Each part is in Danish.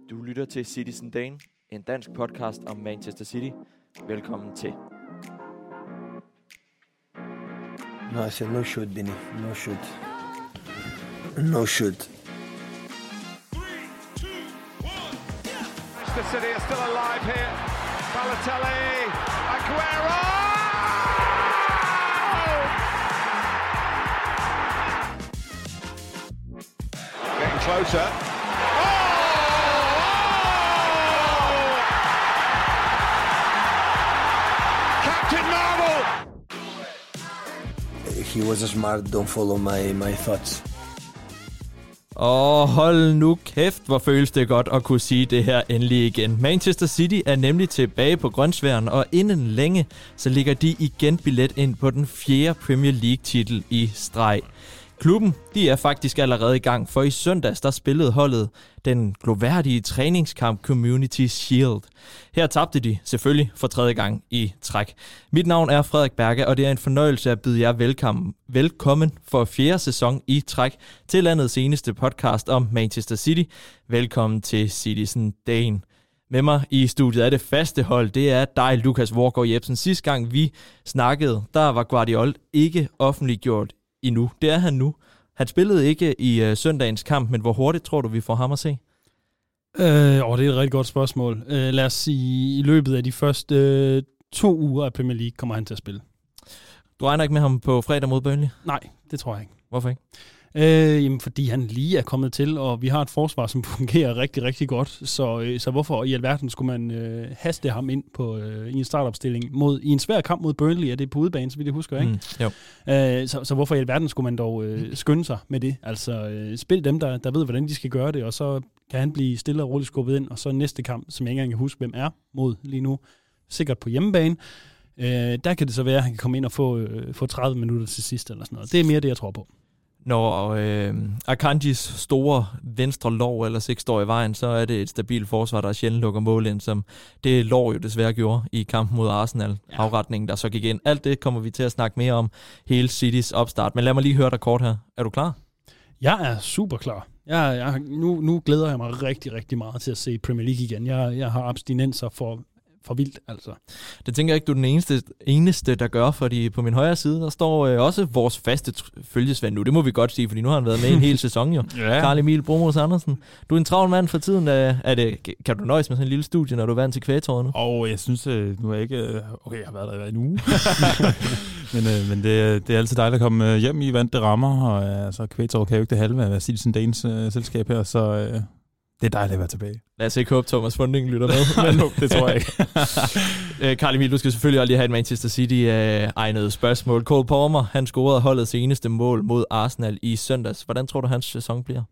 Du lytter til Citizen Dane, en dansk podcast om Manchester City. Velkommen til. No, I said no shoot, Benny. No shoot. No shoot. 3, 2, 1, Manchester City are still alive here. Balotelli, Aguero! Getting closer. Captain Marvel! He was smart. Don't follow my thoughts. Og hold nu kæft, hvor føles det godt at kunne sige det her endelig igen. Manchester City er nemlig tilbage på grønsværen, og inden længe, så ligger de igen billet ind på den 4. Premier League-titel i streg. Klubben, de er faktisk allerede i gang, for i søndags, der spillede holdet den gloværdige træningskamp Community Shield. Her tabte de selvfølgelig for 3. gang i træk. Mit navn er Frederik Berge, og det er en fornøjelse at byde jer velkommen for 4. sæson i træk til landets eneste podcast om Manchester City. Velkommen til Citizen Dane. Med mig i studiet er det faste hold, det er dig, Lukas Vorgård Jebsen. Sidste gang vi snakkede, der var Guardiola ikke offentliggjort endnu. Det er han nu. Han spillede ikke i søndagens kamp, men hvor hurtigt tror du, vi får ham at se? Det er et rigtig godt spørgsmål. Lad os sige, i løbet af de første 2 uger af Premier League kommer han til at spille. Du regner ikke med ham på fredag mod Burnley? Nej, det tror jeg ikke. Hvorfor ikke? Jamen, fordi han lige er kommet til, og vi har et forsvar, som fungerer rigtig, rigtig godt. Så hvorfor i alverden skulle man haste ham ind på i en startopstilling i en svær kamp mod Burnley? Er det på udebane, så vidt jeg husker, ikke? Jo. Så hvorfor i alverden skulle man dog skynde sig med det? Altså, spil dem, der ved, hvordan de skal gøre det, og så kan han blive stille og roligt skubbet ind, og så næste kamp, som jeg ikke engang kan huske, hvem er mod lige nu, sikkert på hjemmebane. Der kan det så være, at han kan komme ind og få 30 minutter til sidst, eller sådan noget. Det er mere det, jeg tror på. Når Akanjis store venstre lår ellers ikke står i vejen, så er det et stabilt forsvar, der sjældent lukker mål ind, som det lår jo desværre gjorde i kampen mod Arsenal. Ja. Afretningen, der så gik ind. Alt det kommer vi til at snakke mere om hele Citys opstart. Men lad mig lige høre dig kort her. Er du klar? Jeg er super klar. Nu glæder jeg mig rigtig, rigtig meget til at se Premier League igen. Jeg har abstinenser for vildt, altså. Det tænker jeg ikke, du er den eneste, der gør, fordi på min højre side, der står også vores faste følgesvend nu. Det må vi godt sige, fordi nu har han været med en hel sæson jo. Ja. Carl Emil Bromos Andersen. Du er en travl mand for tiden. Kan du nøjes med sådan en lille studie, når du er vant til kvægtåret nu? Jeg synes, nu er jeg ikke... Okay, jeg har været der i en uge. men det er altid dejligt at komme hjem i vand, det rammer, og altså, kvægtåret kan jo ikke det halve af Citizen Danes selskab her, så... Det er dejligt at være tilbage. Lad os ikke håbe, Thomas Funding lytter med. Men det tror jeg ikke. Carl Emil, du skal selvfølgelig aldrig have et Manchester City-egnet spørgsmål. Cole Palmer, han scorede holdets eneste mål mod Arsenal i søndags. Hvordan tror du, hans sæson bliver?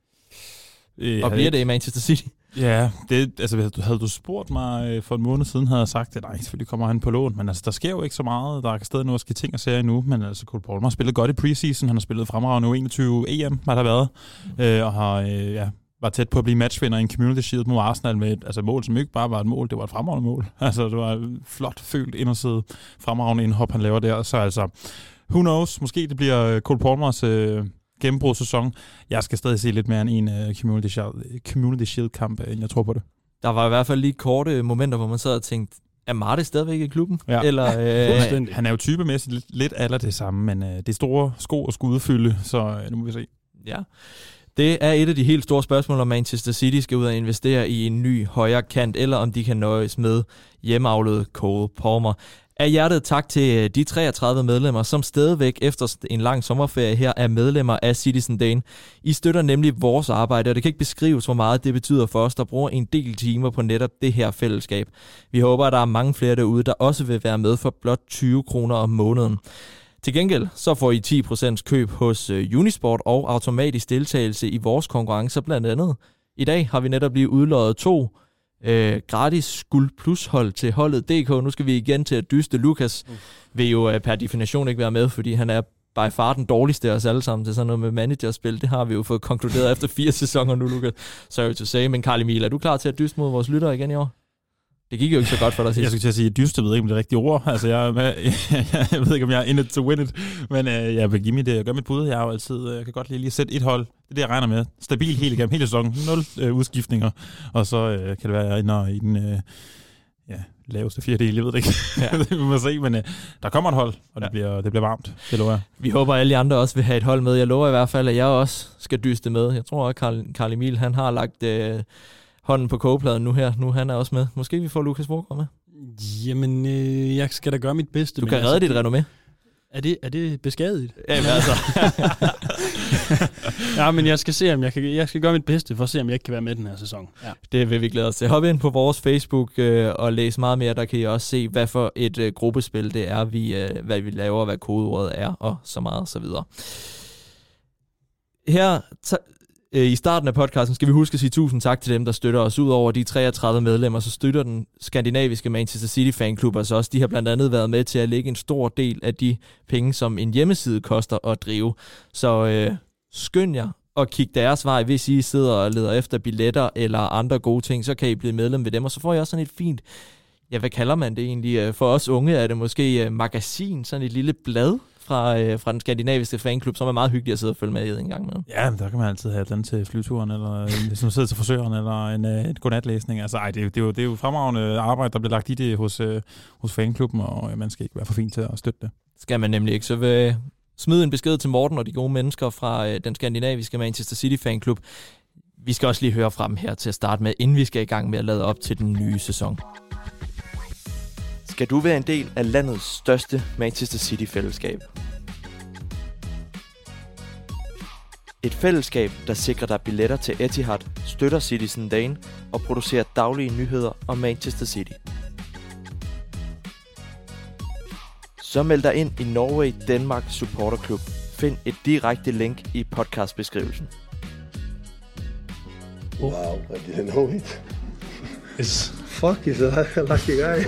Og bliver det i Manchester City? Ja, havde du spurgt mig for en måned siden, havde jeg sagt, at nej, selvfølgelig kommer han på lån. Men altså, der sker jo ikke så meget. Der er stadig noget at ske ting og sager endnu. Men altså, Cole Palmer har spillet godt i preseason. Han har spillet fremragende U21 EM, har der været. Og har... var tæt på at blive matchvinder i en Community Shield mod Arsenal med et mål, som ikke bare var et mål, det var et fremragende mål. Altså, det var et flot følt inderside fremragende indhop, han laver der. Så altså, who knows, måske det bliver Cole Palmers gennembrudssæson. Jeg skal stadig se lidt mere end en Community Shield-kamp, end jeg tror på det. Der var i hvert fald lige korte momenter, hvor man sad og tænkte, er Marti stadigvæk i klubben? Ja. Eller, han er jo typemæssigt lidt aller det samme, men det er store sko at skulle udfylde, så nu må vi se. Ja. Det er et af de helt store spørgsmål, om Manchester City skal ud og investere i en ny højre kant, eller om de kan nøjes med hjemmeavlet Cole Palmer. Af hjertet tak til de 33 medlemmer, som stadigvæk efter en lang sommerferie her er medlemmer af Citizen Dane. I støtter nemlig vores arbejde, og det kan ikke beskrives, hvor meget det betyder for os, der bruger en del timer på netop det her fællesskab. Vi håber, at der er mange flere derude, der også vil være med for blot 20 kroner om måneden. Til gengæld så får I 10% køb hos Unisport og automatisk deltagelse i vores konkurrencer blandt andet. I dag har vi netop lige udloddet 2 gratis guld plus hold til holdet DK. Nu skal vi igen til at dyste. Lukas vil jo per definition ikke være med, fordi han er by far den dårligste af os alle sammen til sådan noget med managerspil. Det har vi jo fået konkluderet efter 4 sæsoner nu, Lukas. Sorry to say, men Carl Emil, er du klar til at dyste mod vores lyttere igen i år? Det gik jo ikke så godt for dig sidst. Jeg skulle til at sige, dyst, jeg ved ikke, om det er rigtige ord. Altså, jeg ved ikke, om jeg er in it to win it. Men jeg vil give mig det. Jeg gør mit bud. Jeg kan godt lige sætte et hold Det er det, jeg regner med. Stabil helt igennem hele sæsonen. 0 udskiftninger. Og så kan det være, at jeg ender i den laveste fjerdedel. Jeg ved det ikke. Ja. Det må man se, men der kommer et hold, og det bliver varmt. Det lover jeg. Vi håber, at alle andre også vil have et hold med. Jeg lover i hvert fald, at jeg også skal dyste med. Jeg tror, at Carl Emil, han har lagt hånden på kogepladen nu her. Nu han er også med. Måske vi får Lukas Vorgård med. Jamen, jeg skal da gøre mit bedste. Du kan redde dit renommé. Er det beskadiget? Jamen altså. Ja, men jeg skal se, om jeg skal gøre mit bedste for at se, om jeg ikke kan være med den her sæson. Ja. Det vil vi glæde os til. Hop ind på vores Facebook og læs meget mere. Der kan I også se, hvad for et gruppespil det er, hvad vi laver, hvad kodeordet er, og så meget, så videre. Her i starten af podcasten skal vi huske at sige tusind tak til dem, der støtter os. Ud over de 33 medlemmer, så støtter den skandinaviske Manchester City fanklub altså også. De har blandt andet været med til at lægge en stor del af de penge, som en hjemmeside koster at drive. Så skynd jer og kig deres vej. Hvis I sidder og leder efter billetter eller andre gode ting, så kan I blive medlem ved dem. Og så får I også sådan et fint, hvad kalder man det egentlig? For os unge er det måske magasin, sådan et lille blad fra den skandinaviske fanklub, som er meget hyggeligt at sidde og følge med i en gang med. Ja, men der kan man altid have den til flyturen, eller hvis man sidder til frisøren, eller en godnatlæsning. Altså, det er jo fremragende arbejde, der bliver lagt i det hos fanklubben, og man skal ikke være for fin til at støtte det. Skal man nemlig ikke. Så vil smide en besked til Morten og de gode mennesker fra den skandinaviske Manchester City fanklub. Vi skal også lige høre fra dem her til at starte med, inden vi skal i gang med at lade op til den nye sæson. Skal du være en del af landets største Manchester City-fællesskab? Et fællesskab, der sikrer dig billetter til Etihad, støtter Citizen Dane og producerer daglige nyheder om Manchester City. Så meld dig ind i Norway Denmark Supporter Club. Find et direkte link i podcastbeskrivelsen. Wow, I didn't know it. Fuck, he's a lucky guy.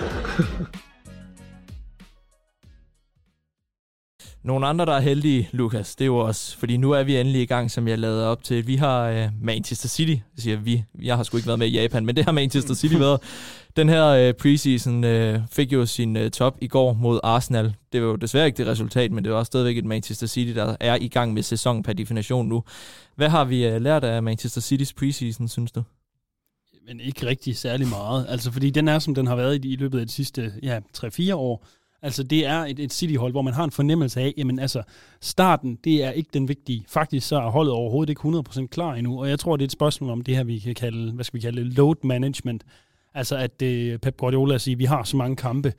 Nogle andre, der er heldige, Lukas, det er jo os. Fordi nu er vi endelig i gang, som jeg lavede op til. Vi har Manchester City, siger vi. Jeg har sgu ikke været med i Japan, men det har Manchester City været. Den her preseason fik jo sin top i går mod Arsenal. Det var jo desværre ikke det resultat, men det var også stadigvæk et Manchester City, der er i gang med sæson per definition nu. Hvad har vi lært af Manchester Citys preseason, synes du? Men ikke rigtig særlig meget. Altså, fordi den er, som den har været i løbet af de sidste 3-4 år. Altså, det er et City-hold, hvor man har en fornemmelse af, jamen altså, starten, det er ikke den vigtige. Faktisk så er holdet overhovedet ikke 100% klar endnu, og jeg tror, det er et spørgsmål om det her, vi kan kalde, hvad skal vi kalde, load management. Altså, at Pep Guardiola siger, vi har så mange kampe,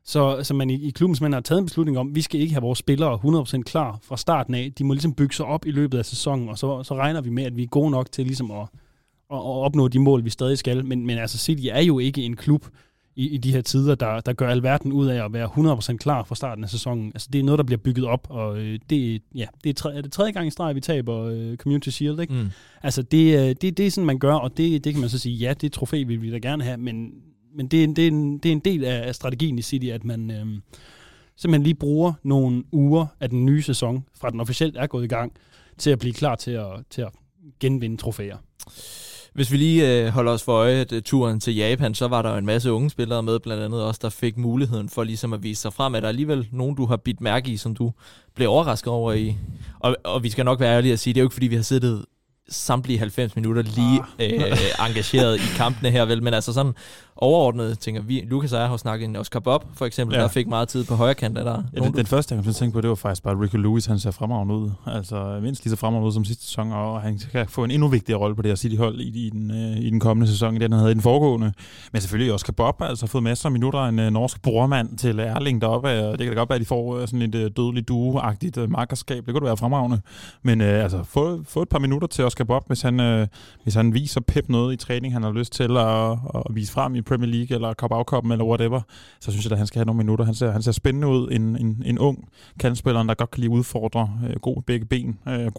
så man i klubben simpelthen har taget en beslutning om, vi skal ikke have vores spillere 100% klar fra starten af. De må ligesom bygge sig op i løbet af sæsonen, og så regner vi med, at vi er gode nok til ligesom at opnå de mål, vi stadig skal. Men altså, City er jo ikke en klub i de her tider, der gør alverden ud af at være 100% klar fra starten af sæsonen. Altså, det er noget, der bliver bygget op, og det er det tredje gang i streg, vi taber Community Shield, ikke? Mm. Altså, det er sådan, man gør, og det kan man så sige, ja, det trofæ vil vi da gerne have, men det er en del af strategien i City, at man simpelthen lige bruger nogle uger af den nye sæson, fra den officielt er gået i gang, til at blive klar til at genvinde trofæer. Hvis vi lige holder os for øje, at turen til Japan, så var der jo en masse unge spillere med, blandt andet også, der fik muligheden for ligesom at vise sig frem. Er der alligevel nogen, du har bidt mærke i, som du blev overrasket over i? Og vi skal nok være ærlige at sige, det er jo ikke, fordi vi har siddet samtlige 90 minutter lige engageret i kampene her, vel? Men altså sådan overordnet, tænker vi, Lukas og jeg har snakket en Oscar Bob, for eksempel, der fik meget tid på højre kant. Den første, jeg kan tænke på, det var faktisk bare Rico Lewis, han ser fremragende ud. Altså mindst lige så fremragende ud som sidste sæson, og han kan få en endnu vigtigere rolle på det her City-hold i den kommende sæson, i den han havde i den foregående. Men selvfølgelig Oscar Bob altså fået masser af minutter, en norsk brormand til Erling deroppe, og det kan da godt være, at de får sådan et dødeligt duo-agtigt makkerskab. Det kunne da være fremragende. Men altså få et par minutter til Oscar Bob, hvis han viser Pep noget i træning, han har lyst til at vise frem i Premier League eller Carabao-cupen eller whatever, så synes jeg, at han skal have nogle minutter. Han ser spændende ud, en ung kandspiller, der godt kan lide udfordre, god begge ben,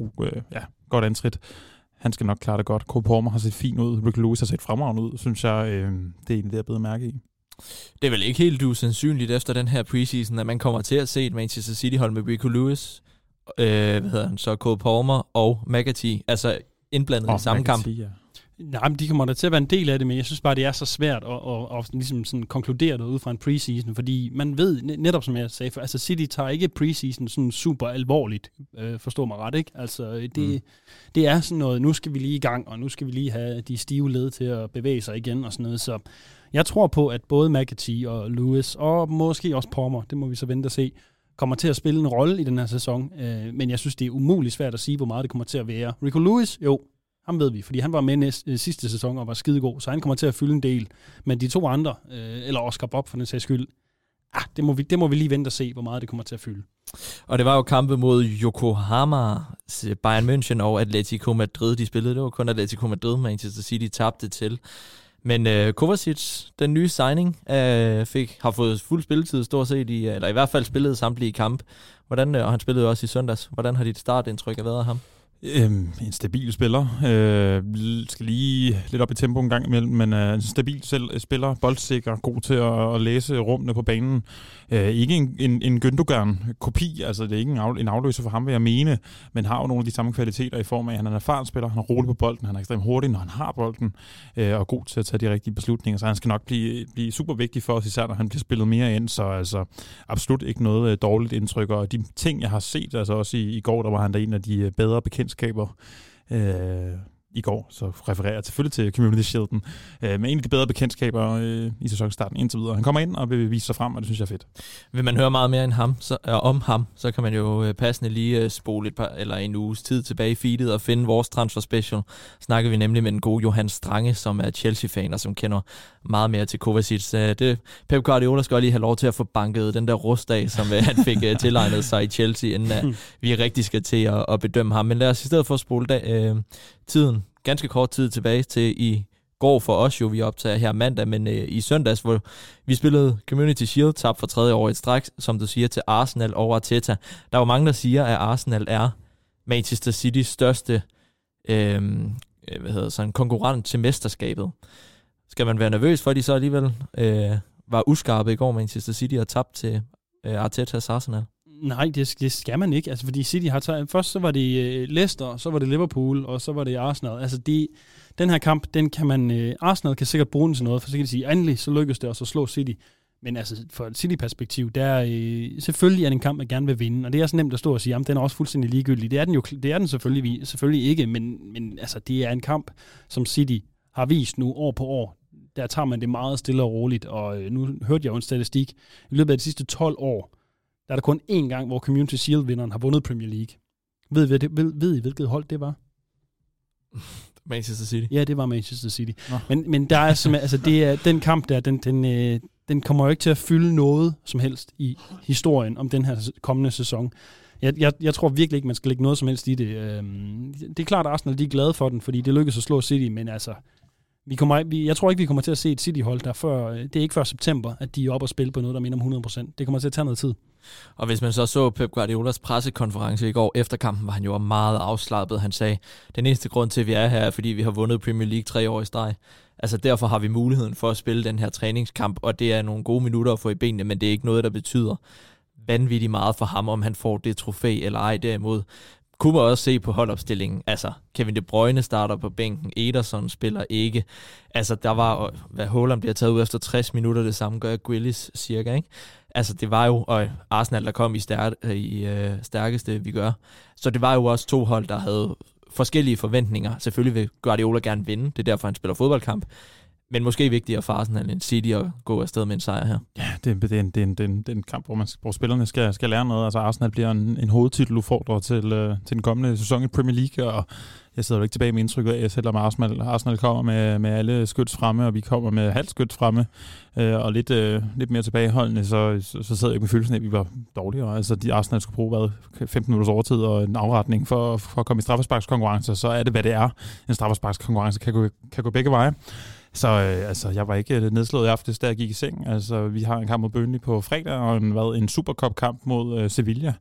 godt antrit. Han skal nok klare det godt. Cole Palmer har set fint ud, Rick Lewis har set fremragende ud, synes jeg, det er egentlig det, jeg bedre mærke i. Det er vel ikke helt usandsynligt efter den her preseason, at man kommer til at se et Manchester City-hold med Rico Lewis, så Cole Palmer og McAtee, altså indblandet i samme kamp. Ja. Nej, men de kommer da til at være en del af det, men jeg synes bare, det er så svært at ligesom sådan konkludere det ud fra en preseason, fordi man ved, netop som jeg sagde, for, altså City tager ikke preseason sådan super alvorligt, forstår mig ret, ikke? Altså det er sådan noget, nu skal vi lige i gang, og nu skal vi lige have de stive led til at bevæge sig igen og sådan noget, så jeg tror på, at både McAtee og Lewis, og måske også Palmer, det må vi så vente og se, kommer til at spille en rolle i den her sæson, men jeg synes, det er umuligt svært at sige, hvor meget det kommer til at være. Rico Lewis, jo, ham ved vi, fordi han var med sidste sæson og var skidegod, så han kommer til at fylde en del. Men de to andre, eller Oscar Bob for den sags skyld, det må vi lige vente og se, hvor meget det kommer til at fylde. Og det var jo kampe mod Yokohama, Bayern München og Atletico Madrid, de spillede. Det var kun Atletico Madrid, Manchester City tabte til. Men Kovacic, den nye signing, har fået fuld spilletid stort set, eller i hvert fald spillet samtlige kampe. Og han spillede også i søndags. Hvordan har dit startindtryk været af ham? En stabil spiller. Skal lige lidt op i tempo en gang imellem, men en stabil spiller, boldsikker, god til at læse rummene på banen. Ikke en Gündogan-kopi, altså det er ikke en afløser for ham, vil jeg mene, men har jo nogle af de samme kvaliteter i form af, at han er en erfaren spiller, han er rolig på bolden, han er ekstremt hurtig, når han har bolden, og god til at tage de rigtige beslutninger, så han skal nok blive super vigtig for os, især når han bliver spillet mere ind, så altså absolut ikke noget dårligt indtryk, og de ting, jeg har set, altså også i går, der var han der en af de bedre bekendtskaber i går, så refererer jeg selvfølgelig til Community Shielden, med en af de bedre bekendtskaber i sæsonstarten indtil videre. Han kommer ind og vil vise sig frem, og det synes jeg er fedt. Vil man høre meget mere end om ham, så kan man jo passende lige spole en uges tid tilbage i feedet og finde vores transfer special. Snakker vi nemlig med den gode Johan Strange, som er Chelsea-fan og som kender meget mere til Kovacic. Pep Guardiola skal lige have lov til at få banket den der rust af, som han fik tilegnet sig i Chelsea, inden vi rigtig skal til at bedømme ham. Men lad os i stedet for at spole tiden ganske kort tid tilbage til i går for os jo, vi optager her mandag, men i søndags, hvor vi spillede Community Shield, tabte for 3. år i træk, som du siger, til Arsenal og Arteta. Der er jo mange, der siger, at Arsenal er Manchester Citys største konkurrent til mesterskabet. Skal man være nervøs for, at de så alligevel var uskarpe i går, Manchester City, og tabte til Artetas Arsenal? Nej, det skal man ikke. Altså, fordi City har taget... Først så var det Leicester, så var det Liverpool, og så var det Arsenal. Altså, den her kamp, den kan man... Arsenal kan sikkert bruge den til noget, for så kan de sige, endelig så lykkes det også at slå City. Men altså, for et City-perspektiv, selvfølgelig er det en kamp, man gerne vil vinde, og det er så nemt at stå og sige, jamen, den er også fuldstændig ligegyldig. Det er den selvfølgelig ikke, men altså, det er en kamp, som City har vist nu år på år. Der tager man det meget stille og roligt, og nu hørte jeg jo en statistik. I løbet af de sidste 12 år, der er der kun én gang, hvor Community Shield-vinderen har vundet Premier League. Ved I, hvilket hold det var? Manchester City. Ja, det var Manchester City. Men der er altså det er den kamp der, den kommer jo ikke til at fylde noget som helst i historien om den her kommende sæson. Jeg tror virkelig ikke, man skal lægge noget som helst i det. Det er klart, at Arsenal de er glade for den, fordi det lykkedes at slå City, men altså jeg tror ikke, vi kommer til at se et City-hold, det er ikke før september, at de er oppe og spille på noget, der minder om 100%. Det kommer til at tage noget tid. Og hvis man så Pep Guardiolas pressekonference i går efter kampen, var han jo meget afslappet. Han sagde, den eneste grund til, at vi er her, er, fordi vi har vundet Premier League 3 år i streg. Altså derfor har vi muligheden for at spille den her træningskamp, og det er nogle gode minutter at få i benene, men det er ikke noget, der betyder vanvittigt meget for ham, om han får det trofæ eller ej. Derimod kunne man også se på holdopstillingen. Altså, Kevin De Bruyne starter på bænken, Ederson spiller ikke. Altså, der var, hvad Haaland bliver taget ud efter 60 minutter, det samme gør Grealish cirka, ikke? Altså, det var jo Arsenal, der kom i stærkeste, vi gør. Så det var jo også to hold, der havde forskellige forventninger. Selvfølgelig vil Guardiola gerne vinde, det er derfor, han spiller fodboldkamp. Men måske vigtigere for Arsenal end City at gå afsted med en sejr her. Ja, det er en kamp, hvor spillerne skal lære noget. Altså Arsenal bliver en hovedtiteludfordrer til den kommende sæson i Premier League, og jeg sidder jo ikke tilbage med indtrykket af, selvom Arsenal kommer med alle skyts fremme, og vi kommer med halvt skyts fremme, og lidt mere tilbageholdende, så sidder jeg ikke med følelsen af, at vi var dårligere. Altså Arsenal skulle bruge 15 minutters overtid og en afretning for at komme i straffesparkskonkurrence, så er det, hvad det er. En straffesparkskonkurrence kan gå begge veje. Så jeg var ikke nedslået i aftes, da jeg gik i seng. Altså, vi har en kamp mod Burnley på fredag, og en Supercup-kamp mod Sevilla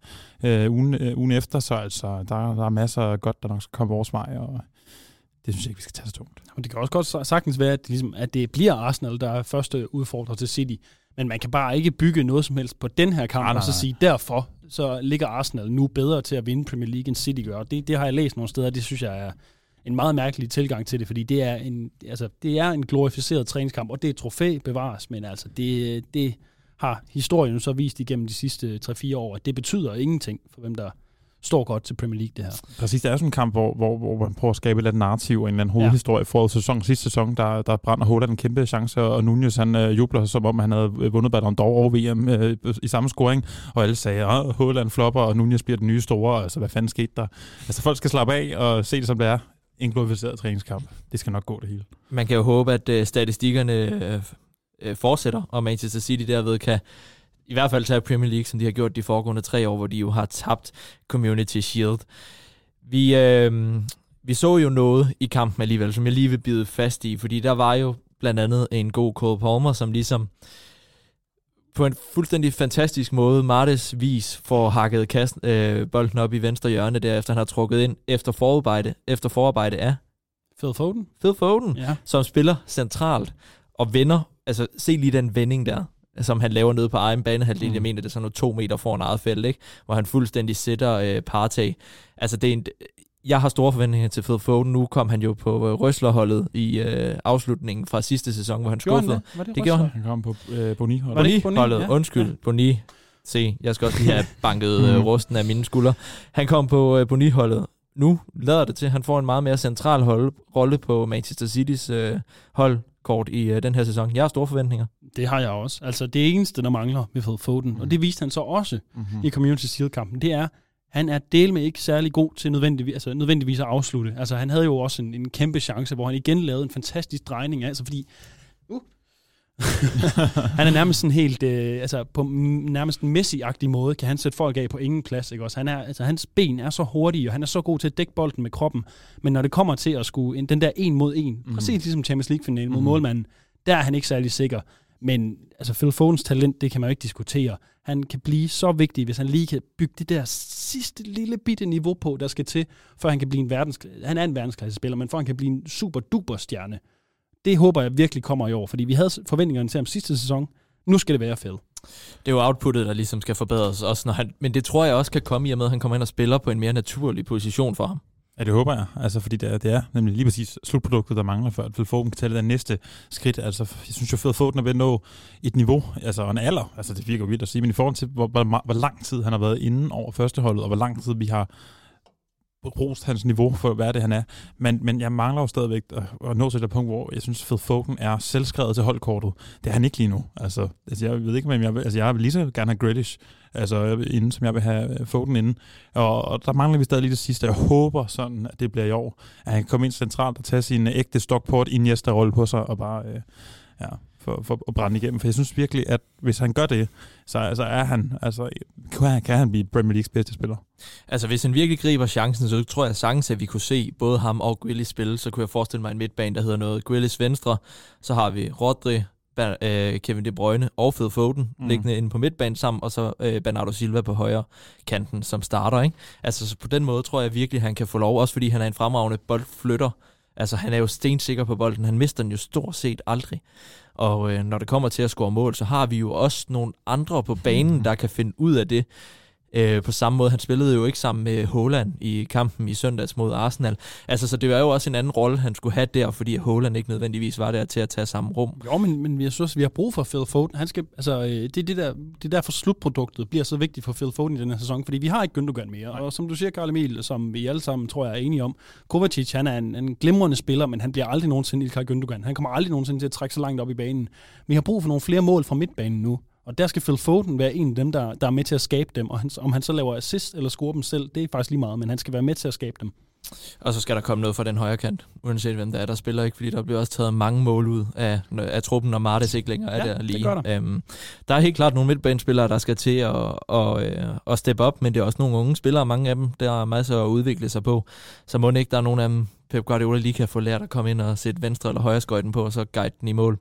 ugen efter. Så altså, der er masser af godt, der nok skal komme vores vej, og det synes jeg ikke, vi skal tage så tungt. Det kan også godt sagtens være, at det bliver Arsenal, der er første udfordrer til City. Men man kan bare ikke bygge noget som helst på den her kamp, og så sige, derfor så ligger Arsenal nu bedre til at vinde Premier League, end City gør. Det har jeg læst nogle steder, det synes jeg en meget mærkelig tilgang til det, fordi det er en glorificeret træningskamp, og det er trofæ bevares, men altså det har historien så vist igennem de sidste 3-4 år, at det betyder ingenting for hvem der står godt til Premier League, det her. Præcis, det er sådan en kamp, hvor man prøver at skabe et eller andet narrativ og en eller anden hovedhistorie. For sidste sæson, der brænder Haaland en kæmpe chance, og Nunez han jubler, som om han havde vundet Ballon d'Or over VM i samme scoring, og alle sagde, at Haaland flopper, og Nunez bliver den nye store, altså hvad fanden skete der? Altså folk skal slappe af og se det, som det er. En glorificeret træningskamp. Det skal nok gå det hele. Man kan jo håbe, at statistikkerne fortsætter, og Manchester City derved kan i hvert fald tage Premier League, som de har gjort de foregående 3 år, hvor de jo har tabt Community Shield. Vi så jo noget i kampen alligevel, som jeg lige vil bide fast i, fordi der var jo blandt andet en god Cole Palmer, som ligesom på en fuldstændig fantastisk måde, Martes vis, får hakket bolden op i venstre hjørne, derefter han har trukket ind efter forarbejde af Phil Foden, ja, som spiller centralt og vender, altså se lige den vending der, som han laver nede på egen banehalvdel. Jeg mener, det er sådan noget 2 meter foran eget felt, ikke? Hvor han fuldstændig sætter Partey. Altså, jeg har store forventninger til Phil Foden. Nu kom han jo på Røslerholdet i afslutningen fra sidste sæson, hvor han skuffede. Det gjorde han. Han kom på Boni-holdet. Boni-holdet, ja. Undskyld. Boni. Se, jeg skal også lige have banket rusten af mine skuldre. Han kom på Boni-holdet. Nu lader det til, at han får en meget mere central rolle på Manchester Citys holdkort i den her sæson. Jeg har store forventninger. Det har jeg også. Altså det eneste, der mangler ved Phil Foden, og det viste han så også i Community Shield-kampen, det er, han er del med ikke særlig god til nødvendigvis at afslutte. Altså han havde jo også en kæmpe chance, hvor han igen lavede en fantastisk drejning, altså fordi han er nærmest sådan helt, på nærmest en Messi-agtig måde, kan han sætte folk af på ingen plads, ikke også? Hans ben er så hurtige, og han er så god til at dække bolden med kroppen, men når det kommer til at skulle den der 1 mod 1, præcis ligesom Champions League-finalen mod målmanden, der er han ikke særlig sikker. Men altså Phil Fodens talent, det kan man jo ikke diskutere. Han kan blive så vigtig, hvis han lige kan bygge det der sidste lille bitte niveau på, der skal til, før han kan blive han er en verdensklasse-spiller, men før han kan blive en super-duper stjerne. Det håber jeg virkelig kommer i år, fordi vi havde forventningerne til ham sidste sæson. Nu skal det være Phil. Det er jo outputtet, der ligesom skal forbedres også, men det tror jeg også kan komme i og med, at han kommer ind og spiller på en mere naturlig position for ham. Ja, det håber jeg. Altså, fordi det er nemlig lige præcis slutproduktet, der mangler, for at Phil Foden kan tage det næste skridt. Altså, jeg synes jo, Phil Foden er ved at nå et niveau, altså en alder. Altså, det virker vildt at sige, men i forhold til, hvor lang tid han har været inde over førsteholdet, og hvor lang tid vi har rost hans niveau for, hvad det han er. Men jeg mangler jo stadigvæk at nå til det punkt, hvor jeg synes, Phil Foden er selvskrevet til holdkortet. Det er han ikke lige nu. Altså jeg ved ikke, hvem jeg vil. Altså, jeg vil lige så gerne have Grealish, inden, som jeg vil have Foden inden. Og der mangler vi stadig lige det sidste. Jeg håber sådan, at det bliver i år. At han kommer ind centralt og tager sin ægte Stockport Iniesta-rolle på sig, og bare for at brænde igennem. For jeg synes virkelig, at hvis han gør det, så er han, kan han blive Premier Leagues bedste spiller. Altså hvis han virkelig griber chancen, så tror jeg sagtens, at vi kunne se både ham og Grealish spille. Så kunne jeg forestille mig en midtbane, der hedder noget Grealish venstre. Så har vi Rodri, Kevin De Bruyne og Phil Foden liggende inde på midtbanen sammen, og så Bernardo Silva på højre kanten som starter, ikke? Altså så på den måde tror jeg virkelig, at han kan få lov, også fordi han er en fremragende boldflytter. Altså han er jo stensikker på bolden, han mister den jo stort set aldrig. Og når det kommer til at score mål, så har vi jo også nogle andre på banen, der kan finde ud af det. På samme måde, han spillede jo ikke sammen med Haaland i kampen i søndags mod Arsenal. Altså, så det var jo også en anden rolle, han skulle have der, fordi Haaland ikke nødvendigvis var der til at tage samme rum. Jo, men jeg synes, vi har brug for Phil Foden. Han skal, det derfor slutproduktet bliver så vigtigt for Phil Foden i den her sæson, fordi vi har ikke Gündogan mere. Nej. Og som du siger, Carl Emil, som vi alle sammen tror jeg er enige om, Kovacic, han er en glimrende spiller, men han bliver aldrig nogensinde Ilkay Gündogan. Han kommer aldrig nogensinde til at trække så langt op i banen. Vi har brug for nogle flere mål fra midtbanen nu. Og der skal Phil Foden være en af dem, der er med til at skabe dem. Og om han så laver assist eller scorer dem selv, det er faktisk lige meget, men han skal være med til at skabe dem. Og så skal der komme noget fra den højre kant, uanset hvem der spiller, ikke? Fordi der bliver også taget mange mål ud af truppen, når Martes ikke længere er der lige. Der er helt klart nogle midtbanespillere, der skal til at steppe op, men det er også nogle unge spillere, mange af dem, der er masser at udvikle sig på. Så må ikke der er nogen af dem, Pep Guardiola lige kan få lært at komme ind og sætte venstre eller højre skøjten på, og så guide den i mål.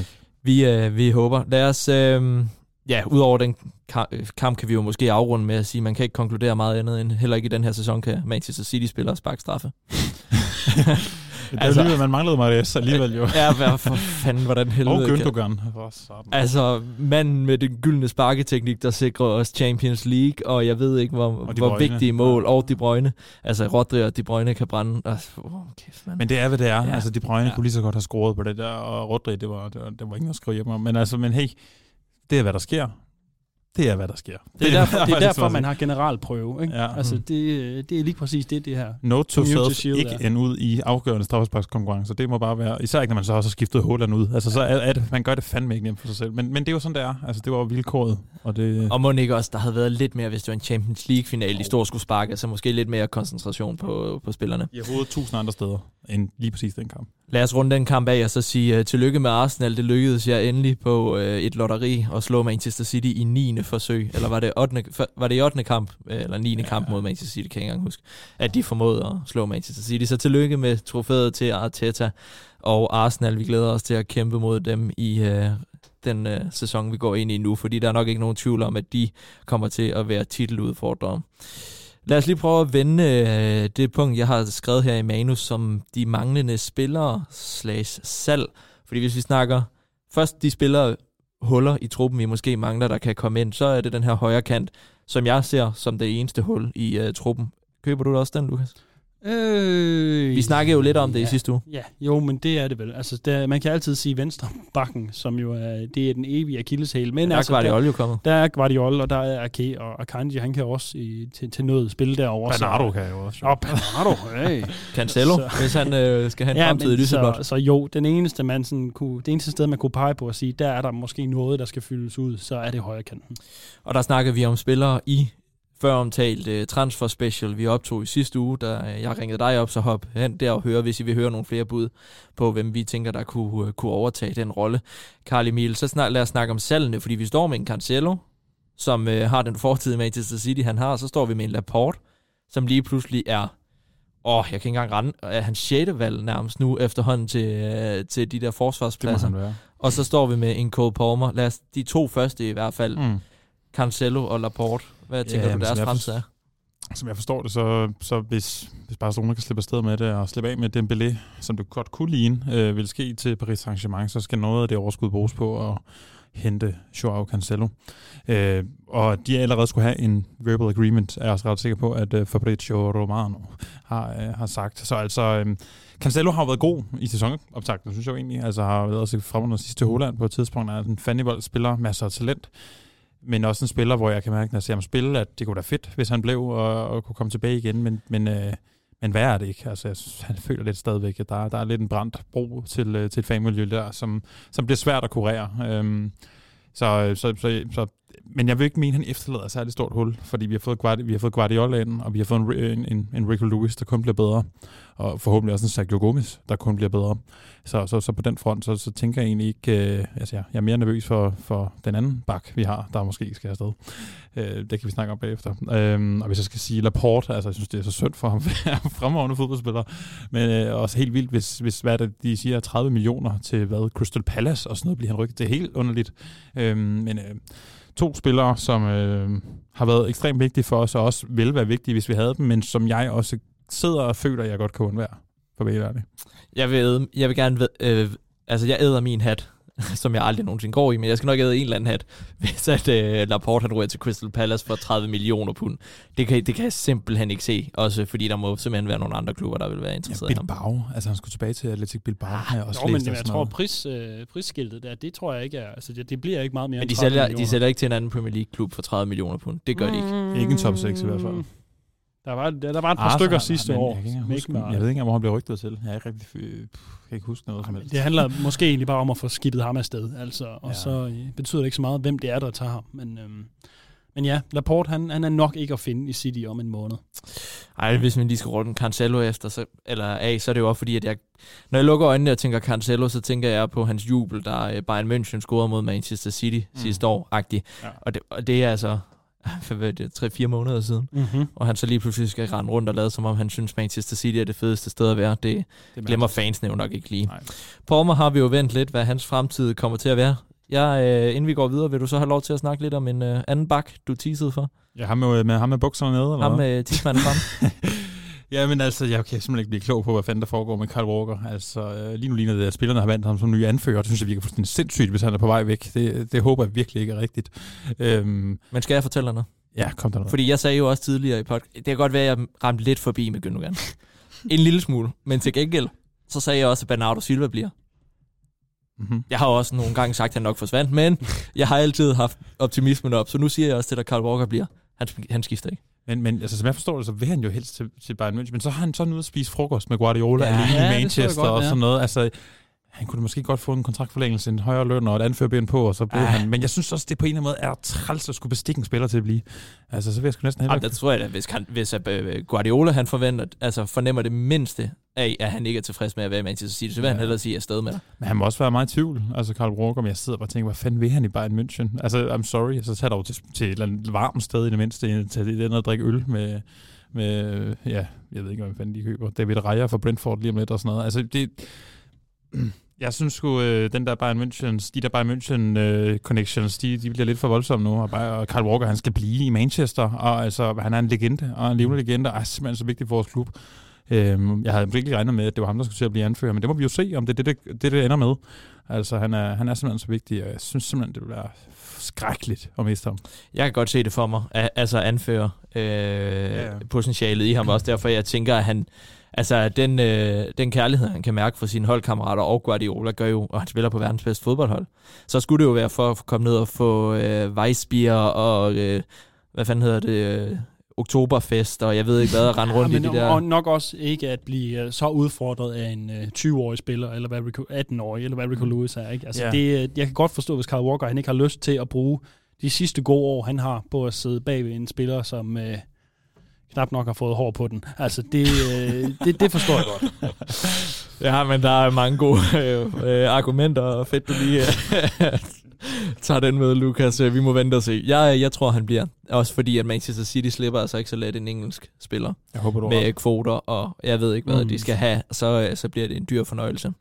Vi håber. Lad os, udover den kamp kan vi jo måske afrunde med at sige, at man kan ikke konkludere meget andet end, heller ikke i den her sæson kan Manchester City spille og sparke straffe. Altså, alligevel, man manglede Mahrez alligevel jo. Ja, hvad for fanden, hvordan helvede. Og Gündogan. Altså, manden med den gyldne sparketeknik, der sikrer os Champions League, og jeg ved ikke, hvor vigtige mål, og De Bruyne. Altså, Rodri og De Bruyne kan brænde. Kæft, man. Men det er, hvad det er. Ja. Altså, De Bruyne kunne lige så godt have scoret på det der, og Rodri, det var ingen at skrive hjem om. Men hey, det er, hvad der sker. Det er, hvad der sker. Det er derfor man har generalprøve. Ikke? Ja. Altså, det er lige præcis det her. Note to self, ikke ende ud i afgørende straffesparkskonkurrencer. Det må bare være, især ikke, når man så også har skiftet Haaland ud. Altså, så er det, man gør det fandme ikke nemt for sig selv. Men det er jo sådan, det er. Altså, det var vilkåret. Og må ikke også, der havde været lidt mere, hvis det var en Champions League-finale, de store skulle sparke, så måske lidt mere koncentration på spillerne. I hovedet 1000 andre steder end lige præcis den kamp. Lad os runde den kamp af og så sige tillykke med Arsenal. Det lykkedes jer endelig på et lotteri at slå Manchester City i 9. forsøg. Eller var det i 8. kamp, eller 9. kamp mod Manchester City, kan jeg ikke engang huske, at de formåede at slå Manchester City. Så tillykke med trofæet til Arteta og Arsenal. Vi glæder os til at kæmpe mod dem i den sæson, vi går ind i nu, fordi der er nok ikke nogen tvivl om, at de kommer til at være titeludfordrere. Lad os lige prøve at vende det punkt, jeg har skrevet her i manus, som de manglende spillere /salg. Fordi hvis vi snakker først de spillere huller i truppen, vi måske mangler, der kan komme ind, så er det den her højre kant, som jeg ser som det eneste hul i truppen. Køber du da også den, Lukas? Vi snakkede jo lidt om det i sidste uge. Ja, jo, men det er det vel. Altså, man kan altid sige venstre bakken, som jo det er den evige akilleshæl. Men der er Guardiola jo kommet. Der er Guardiola, og der er Ake, og Akanji, han kan også til noget spille derovre. Bernardo kan jo også. Og Bernardo, hey. Cancelo, hvis han skal have en fremtid i Düsseldorf. Så jo, det eneste sted, man kunne pege på at sige, der er der måske noget, der skal fyldes ud, så er det højre kanten. Og der snakker vi om spillere i før omtalt transfer special, vi optog i sidste uge, da jeg ringede dig op, så hop hen der og høre, hvis I vil høre nogle flere bud på, hvem vi tænker, der kunne overtage den rolle. Carl Emil, så lad os snakke om salgene, fordi vi står med en Cancelo, som har den fortid i Manchester City, han har, så står vi med en Laporte, som lige pludselig er, jeg kan ikke engang rende, er hans 6. valg nærmest nu efterhånden til de der forsvarspladser. Og så står vi med en Cole Palmer, lad os de 2 første i hvert fald, Cancelo og Laporte. Hvad tænker du, deres fremtid er? Som jeg forstår det, så hvis Barcelona kan slippe afsted med det og slippe af med Dembélé, som du godt kunne ligne, vil ske til Paris Saint-Germain, så skal noget af det overskud bruges på at hente Joao Cancelo. Og de allerede skulle have en verbal agreement, er jeg også ret sikker på, at Fabrizio Romano har sagt. Så altså, Cancelo har været god i sæsonoptakten, synes jeg jo egentlig. Altså har været også frem under sidste Holland på et tidspunkt, er en fandenivold-spiller, masser af talent. Men også en spiller, hvor jeg kan mærke, når jeg ser ham spille, at det kunne da fedt, hvis han blev og kunne komme tilbage igen. Men hvad er det ikke? Altså, han føler lidt stadigvæk, at der er lidt en brændt bro til et fanmiljø der, som bliver svært at kurere. Men jeg vil ikke mene, at han efterlader et særligt stort hul, fordi vi har fået Guardiola ind, og vi har fået en Rico Lewis, der kun bliver bedre, og forhåbentlig også en Sergio Gomez, der kun bliver bedre. Så på den front, så tænker jeg egentlig ikke, jeg er mere nervøs for den anden bak, vi har, der måske skal afsted. Det kan vi snakke om bagefter. Og hvis jeg skal sige Laporte, altså jeg synes, det er så synd for ham, at være fremragende fodboldspiller, men også helt vildt, hvis hvad det, de siger, 30 millioner til Crystal Palace og sådan noget, bliver han rykket. Det er helt underligt. Men 2 spillere, som har været ekstremt vigtige for os, og også ville være vigtige, hvis vi havde dem, men som jeg også sidder og føler, at jeg godt kan undvære, for at være ærlig. Jeg vil gerne jeg æder min hat, som jeg aldrig nogensinde går i, men jeg skal nok æde en eller anden hat, hvis at Laporte han ryger til Crystal Palace for 30 millioner pund. Det kan jeg simpelthen ikke se, også fordi der må simpelthen være nogle andre klubber, der vil være interesseret i ham. Bilbao, altså han skulle tilbage til Athletic Bilbao. Men jeg tror, prisskiltet der, det tror jeg ikke er, altså det bliver ikke meget mere. Men de sælger ikke til en anden Premier League-klub for 30 millioner pund. Det gør de ikke. Ikke en top 6 i hvert fald. Der var et par stykker sidste år. Jeg ved ikke, hvor han blev rygtet til. Jeg kan ikke huske noget som helst. Det handler måske egentlig bare om at få skibet ham afsted. Altså, og så betyder det ikke så meget, hvem det er, der tager ham. Men ja, Laporte, han er nok ikke at finde i City om en måned. Ej, hvis man lige skal runde Cancelo efter, så er det jo også fordi, at når jeg lukker øjnene og tænker Cancelo, så tænker jeg på hans jubel, der Bayern München scorede mod Manchester City sidste år-agtigt. Ja. Og det er altså 3-4 måneder siden. Mm-hmm. Og han så lige pludselig skal rende rundt og lade, som om han synes, Manchester City er det fedeste sted at være. Det glemmer fansene jo nok ikke lige. Palmer har vi jo vendt lidt, hvad hans fremtid kommer til at være. Inden vi går videre, vil du så have lov til at snakke lidt om en anden bak, du teasede for? Ja, ham med bukserne nede, eller ham med tidsmanden frem. Ja, men altså, jeg kan simpelthen ikke blive klog på, hvad fanden der foregår med Kyle Walker. Altså, lige nu ligner det, at spillerne har vandt ham som nye anfører. Det synes jeg virker fuldstændig sindssygt, hvis han er på vej væk. Det håber jeg virkelig ikke er rigtigt. Men skal jeg fortælle dig noget? Ja, kom der noget. Fordi jeg sagde jo også tidligere i podcast, det kan godt være, at jeg ramte lidt forbi med Gündogan. En lille smule, men til gengæld, så sagde jeg også, at Bernardo Silva bliver. Mm-hmm. Jeg har også nogle gange sagt, at han nok forsvandt, men jeg har altid haft optimismen op, så nu siger jeg også til, at Kyle Walker bliver. Han skifter ikke. Men altså, som jeg forstår det, så vil han jo helst til Bayern München, men så har han sådan ude at spise frokost med Guardiola alene i Manchester godt, og sådan noget. Altså, han kunne måske godt få en kontraktforlængelse, en højere løn og et anførben på, og så blev han. Men jeg synes også, det på en eller anden måde er træls at skulle bestikke en spiller til at blive. Altså, så vil jeg sgu næsten heller. Det tror jeg da, hvis Guardiola han fornemmer det mindste af, at han ikke er tilfreds med at være i Manchester City, så vil han hellere sige afsted med dig. Men han må også være meget i tvivl, altså Kyle Walker, men jeg sidder bare og tænker, hvad fanden vil han i Bayern München? Altså, I'm sorry, så tager dog til et eller andet varmt sted i det mindste, til det at drikke øl med ja, jeg ved ikke, hvad fanden de køber. David Raya fra Brentford lige om lidt og sådan noget. Altså, det... Jeg synes sgu, den der Bayern München connections, de bliver lidt for voldsomme nu, og Kyle Walker, han skal blive i Manchester, og altså, han er en legende, og en levende legende, og er simpelthen så vigtig for vores klub. Jeg havde virkelig regnet med, at det var ham, der skulle til at blive anfører, men det må vi jo se, om det ender med. Altså, han er simpelthen så vigtig, og jeg synes simpelthen, det vil være skrækkeligt at miste ham. Jeg kan godt se det for mig, altså anfører potentialet i ham også, derfor jeg tænker, at han... Altså, den kærlighed, han kan mærke for sine holdkammerater og Guardiola, gør jo, og han spiller på verdens bedste fodboldhold. Så skulle det jo være for at komme ned og få Weissbier og, hvad fanden hedder det, Oktoberfest, og jeg ved ikke hvad, at rende rundt i de der... Og nok også ikke at blive så udfordret af en 20-årig spiller, eller 18-årig, eller hvad Rico Lewis er, ikke? Altså, jeg kan godt forstå, hvis Kyle Walker, han ikke har lyst til at bruge de sidste gode år, han har på at sidde bag ved en spiller, som... knap nok har fået hår på den. Altså, det forstår jeg godt. Ja, men der er mange gode argumenter, og fedt, du lige tager den med, Lukas. Vi må vente og se. Jeg tror, han bliver. Også fordi, at Manchester City slipper altså ikke så let en engelsk spiller. Jeg håber, du med har. Kvoter, og jeg ved ikke, hvad de skal have. Så bliver det en dyr fornøjelse.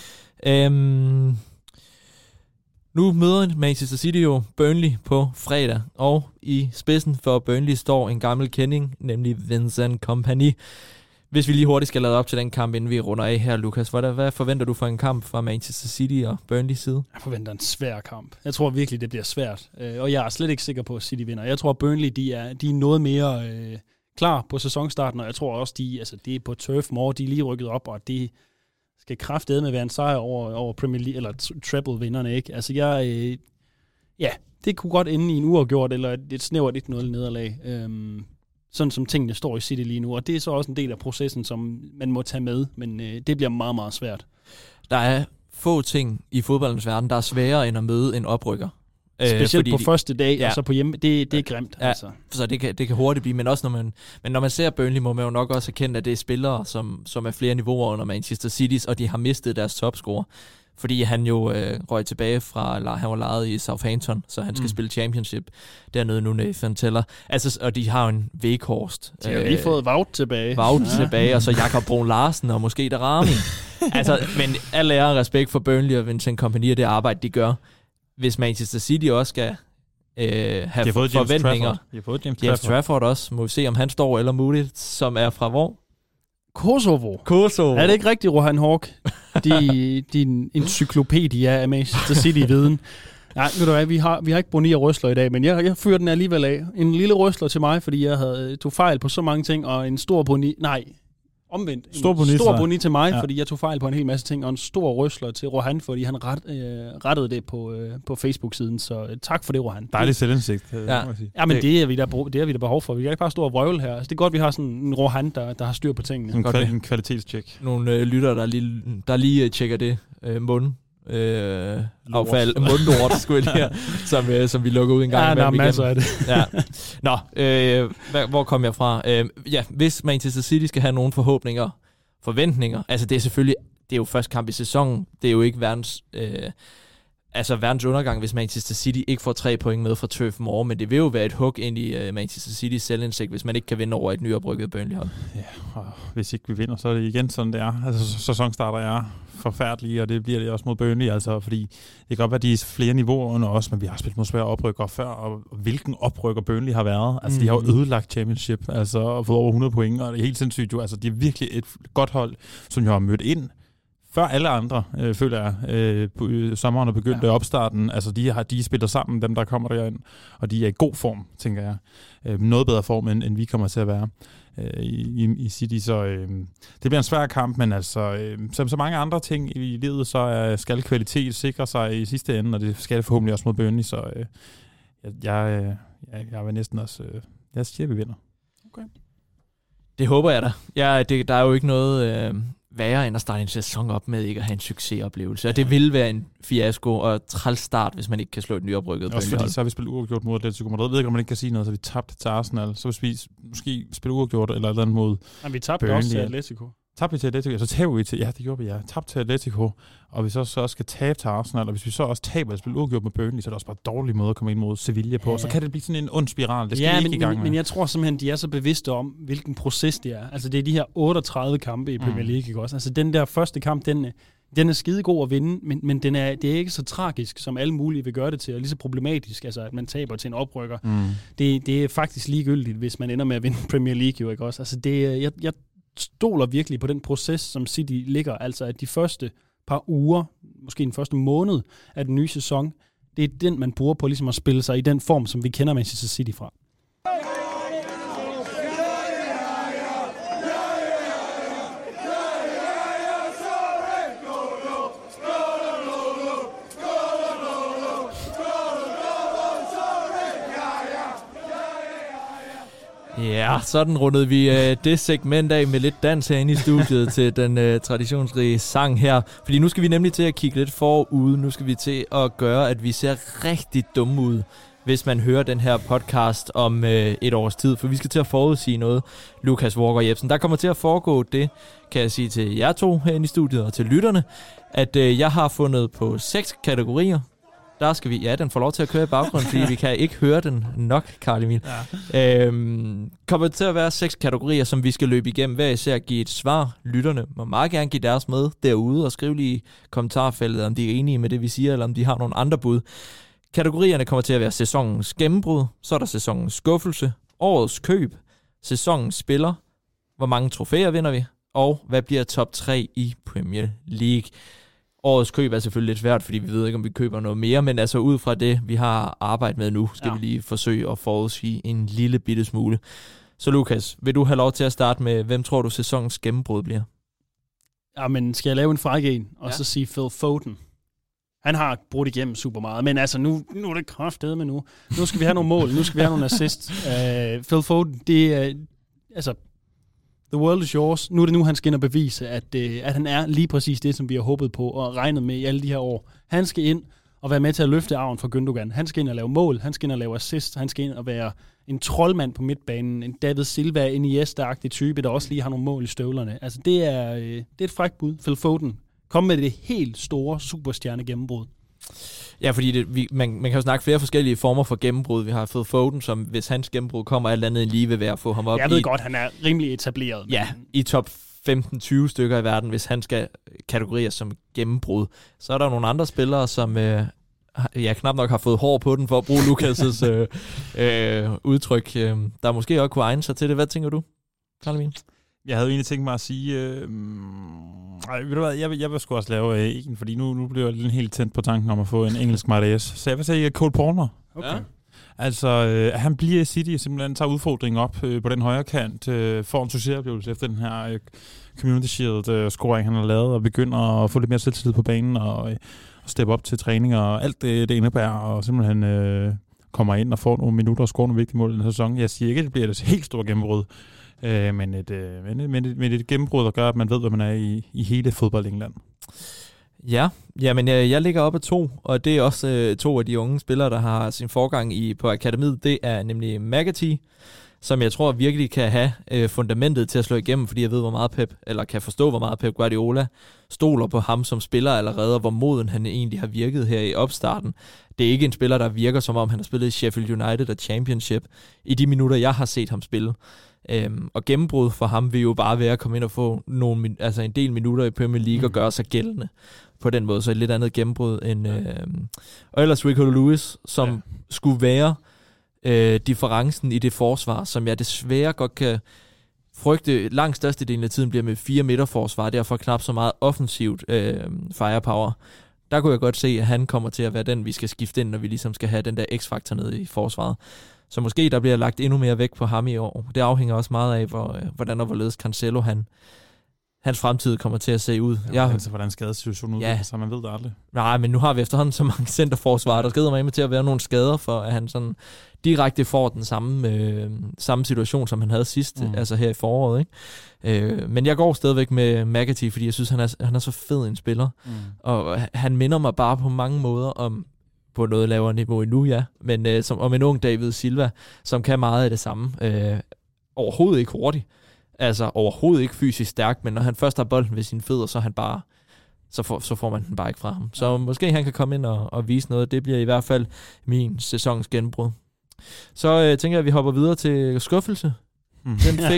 Nu møder Manchester City jo Burnley på fredag, og i spidsen for Burnley står en gammel kending, nemlig Vincent Kompany. Hvis vi lige hurtigt skal lade op til den kamp, inden vi runder af her, Lukas, hvad forventer du for en kamp fra Manchester City og Burnleys side? Jeg forventer en svær kamp. Jeg tror virkelig, det bliver svært, og jeg er slet ikke sikker på, at City vinder. Jeg tror, at Burnley de er noget mere klar på sæsonstarten, og jeg tror også, de er på Turf Moor, de er lige rykket op, og de skal kraftedeme være en sejr over Premier League, eller treble-vinderne, ikke? Altså, det kunne godt ende i en uafgjort, eller et snævert 1-0 nederlag. Sådan som tingene står i City lige nu, og det er så også en del af processen, som man må tage med, men det bliver meget, meget svært. Der er få ting i fodboldens verden, der er sværere end at møde en oprykker. Specielt på første dag, og så på hjemme, det er grimt. Ja, altså. Så det kan hurtigt blive, men også når man ser Burnley, må man jo nok også erkende, at det er spillere, som er flere niveauer under Manchester City's, og de har mistet deres topscorer. Fordi han jo røg tilbage fra, han var lejet i Southampton, så han skal spille Championship dernede nu, Nathan Teller. Altså, og de har jo en Weghorst. De har lige fået Wout tilbage. Tilbage, og så Jakob Brun Larsen og måske Darami. Altså, men al ære og respekt for Burnley og Vincent Kompany og det arbejde, de gør. Hvis Manchester City også skal have forventninger. De har fået James Trafford også. Må vi se, om han står eller Moody, som er fra hvor? Kosovo. Er det ikke rigtigt, Rohan Hawk? Din encyklopædia af Manchester City-viden. Nej, ved du hvad, vi har ikke Boni og røsler i dag, men jeg fyrer den alligevel af. En lille røsler til mig, fordi jeg tog fejl på så mange ting, og en stor Boni... Nej, omvendt. En stor Boni til mig, fordi jeg tog fejl på en hel masse ting, og en stor røsler til Rohan, fordi han rettede det på Facebook-siden, så tak for det, Rohan. Dejlig selvindsigt, ja, men det er vi da behov for. Vi kan ikke bare stå og vrøvle her. Altså, det er godt, vi har sådan en Rohan, der har styr på tingene. En kvalitetstjek. Nogle lyttere, der lige tjekker det mundlort, skulle jeg lige som vi lukker ud en gang. Ja, der er masser af det. Ja. Nå, hvor kom jeg fra? Hvis Manchester City skal have nogle forventninger, altså det er jo første kamp i sæsonen, det er jo ikke verdens altså verdens undergang, hvis Manchester City ikke får 3 point med fra Turf Moor, men det vil jo være et hug ind i Manchester City's selvindsigt, hvis man ikke kan vinde over et nyoprykket Burnley-hold. Ja, og hvis ikke vi vinder, så er det igen sådan, det er. Altså, sæsonstarter er forfærdelige, og det bliver det også mod Burnley, altså, fordi det kan godt være, at de er flere niveauer under os, men vi har spillet mod svære oprykker før, og hvilken oprykker Burnley har været. Altså, de har jo ødelagt Championship, altså, og fået over 100 point, og det er helt sindssygt jo. Altså, de er virkelig et godt hold, som jo har mødt ind før alle andre, føler jeg, sommeren er begyndt opstarten. Altså, de spiller sammen, dem der kommer derind, og de er i god form, tænker jeg. Noget bedre form, end vi kommer til at være i City. Så det bliver en svær kamp, men altså, som så mange andre ting i livet, så skal kvalitet sikre sig i sidste ende, og det skal det forhåbentlig også mod Burnley. Så jeg vil næsten også... jeg siger, vi vinder. Okay. Det håber jeg da. Der er jo ikke noget... værre end at starte en sæson op med ikke at have en succesoplevelse. Og det vil være en fiasko og træls start, hvis man ikke kan slå et nyoprykket Burnley. Også fordi så har vi spillet uafgjort mod Atletico Madrid. Jeg ved ikke, om man ikke kan sige noget, så vi tabte til Arsenal. Så hvis vi måske spille uafgjort eller et eller andet mod Burnley. Vi tabte også til Atletico. Tabte vi til Atletico, så taber vi til... Ja, det gjorde vi, ja. Tabte til Atletico, og vi så også skal tabe til Arsenal, og hvis vi så også taber og spiller uafgjort med Burnley, så er det også bare en dårlig måde at komme ind mod Sevilla på. Ja. Så kan det blive sådan en ond spiral. Det skal vi ikke i gang med. Men jeg tror simpelthen, de er så bevidste om, hvilken proces det er. Altså, det er de her 38 kampe i Premier League, ikke også? Altså, den der første kamp, den er skidegod at vinde, men det er ikke så tragisk, som alle mulige vil gøre det til, og lige så problematisk, altså, at man taber til en oprykker. Det er faktisk ligegyldigt, hvis man ender med at vinde Premier League, jo, ikke også? Altså, jeg stoler virkelig på den proces, som City ligger, altså at de første par uger, måske den første måned af den nye sæson, det er den, man bruger på ligesom at spille sig i den form, som vi kender Manchester City fra. Ja, sådan rundede vi det segment af med lidt dans herinde i studiet til den traditionsrige sang her. Fordi nu skal vi nemlig til at kigge lidt forud. Nu skal vi til at gøre, at vi ser rigtig dumme ud, hvis man hører den her podcast om et års tid. For vi skal til at forudsige noget, Lukas Walker Jebsen. Der kommer til at foregå det, kan jeg sige til jer to herinde i studiet og til lytterne, at jeg har fundet på 6 kategorier. Der skal vi... Ja, den får lov til at køre i baggrunden, fordi vi kan ikke høre den nok, Carl Emil. Ja. Kommer til at være 6 kategorier, som vi skal løbe igennem. Hver især give et svar. Lytterne må meget gerne give deres med derude, og skrive lige i kommentarfeltet, om de er enige med det, vi siger, eller om de har nogle andre bud. Kategorierne kommer til at være sæsonens gennembrud, så er der sæsonens skuffelse, årets køb, sæsonens spiller, hvor mange trofæer vinder vi, og hvad bliver top 3 i Premier League. Årets køb er selvfølgelig lidt svært, fordi vi ved ikke, om vi køber noget mere, men altså ud fra det, vi har arbejdet med nu, skal vi lige forsøge at forudsige en lille bitte smule. Så Lukas, vil du have lov til at starte med, hvem tror du sæsonens gennembrud bliver? Ja, men skal jeg lave en fræk en, og så sige Phil Foden? Han har brudt igennem super meget, men altså nu er det kraftedeme nu. Nu skal vi have nogle mål, nu skal vi have nogle assist. Phil Foden, det er... altså, the world is yours. Nu er det nu, han skal ind og bevise, at han er lige præcis det, som vi har håbet på og regnet med i alle de her år. Han skal ind og være med til at løfte arven fra Gündogan. Han skal ind og lave mål, han skal ind og lave assist, han skal ind og være en troldmand på midtbanen, en David Silva, en Iniesta-agtig type, der også lige har nogle mål i støvlerne. Altså, det er et frækt bud. Phil Foden. Kom med det helt store superstjerne gennembrud. Ja, fordi man kan jo snakke flere forskellige former for gennembrud. Vi har fået Foden, som hvis hans gennembrud kommer, alt andet end lige vil være at få ham op. Jeg ved godt, han er rimelig etableret. Ja, i top 15-20 stykker i verden, hvis han skal kategoriseres som gennembrud. Så er der nogle andre spillere, som knap nok har fået hår på den, for at bruge Lukas' udtryk, der måske også kunne egne sig til det. Hvad tænker du, Carl Emil? Jeg havde egentlig tænkt mig at sige... ved du hvad, jeg vil sgu også lave en, fordi nu bliver jeg helt tændt på tanken om at få en engelsk Mahrez. Så jeg vil sige Cole Palmer. Okay. Ja. Altså, han bliver i City, simpelthen tager udfordringen op på den højre kant, får en succesoplevelse efter den her Community Shield-scoring, han har lavet, og begynder at få lidt mere selvtillid på banen, og steppe op til træning, og alt det indebærer, og simpelthen kommer ind og får nogle minutter og scorer nogle vigtige mål i den her sæson. Jeg siger ikke, at det bliver et helt stort gennembrud, men et gennembrud, der gør, at man ved, hvad man er i hele fodbold England. Ja, men jeg ligger oppe af 2, og det er også 2 af de unge spillere, der har sin forgang på akademiet. Det er nemlig McAtee, som jeg tror virkelig kan have fundamentet til at slå igennem, fordi jeg ved, kan forstå, hvor meget Pep Guardiola stoler på ham som spiller allerede, og hvor moden han egentlig har virket her i opstarten. Det er ikke en spiller, der virker, som om han har spillet i Sheffield United og Championship i de minutter, jeg har set ham spille. Og gennembrud for ham vil jo bare være at komme ind og få en del minutter i Premier League og gøre sig gældende på den måde. Så et lidt andet gennembrud end... Og ellers Rico Lewis, som skulle være differencen i det forsvar, som jeg desværre godt kan frygte langt størstedelen af tiden bliver med 4 midterforsvar, derfor knap så meget offensivt firepower. Der kunne jeg godt se, at han kommer til at være den, vi skal skifte ind, når vi ligesom skal have den der x-faktor nede i forsvaret. Så måske der bliver lagt endnu mere vægt på ham i år. Det afhænger også meget af, hvordan og hvorledes Cancelo hans fremtid kommer til at se ud. Altså, hvordan skadesituationen udvikler sig, man ved det aldrig. Nej, men nu har vi efterhånden så mange centerforsvarer, der skrider mig med til at være nogle skader for, at han sådan direkte får den samme situation, som han havde sidst, altså her i foråret. Ikke? Men jeg går stadigvæk med McAtee, fordi jeg synes, han er så fed en spiller. Og han minder mig bare på mange måder om, på noget lavere niveau endnu, men om en ung David Silva, som kan meget af det samme. Overhovedet ikke hurtigt. Altså overhovedet ikke fysisk stærk, men når han først har bolden ved sine fødder, så er han bare, så får man den bare ikke fra ham. Så måske han kan komme ind og vise noget. Det bliver i hvert fald min sæsons gennembrud. Så tænker jeg, at vi hopper videre til skuffelse. Den fik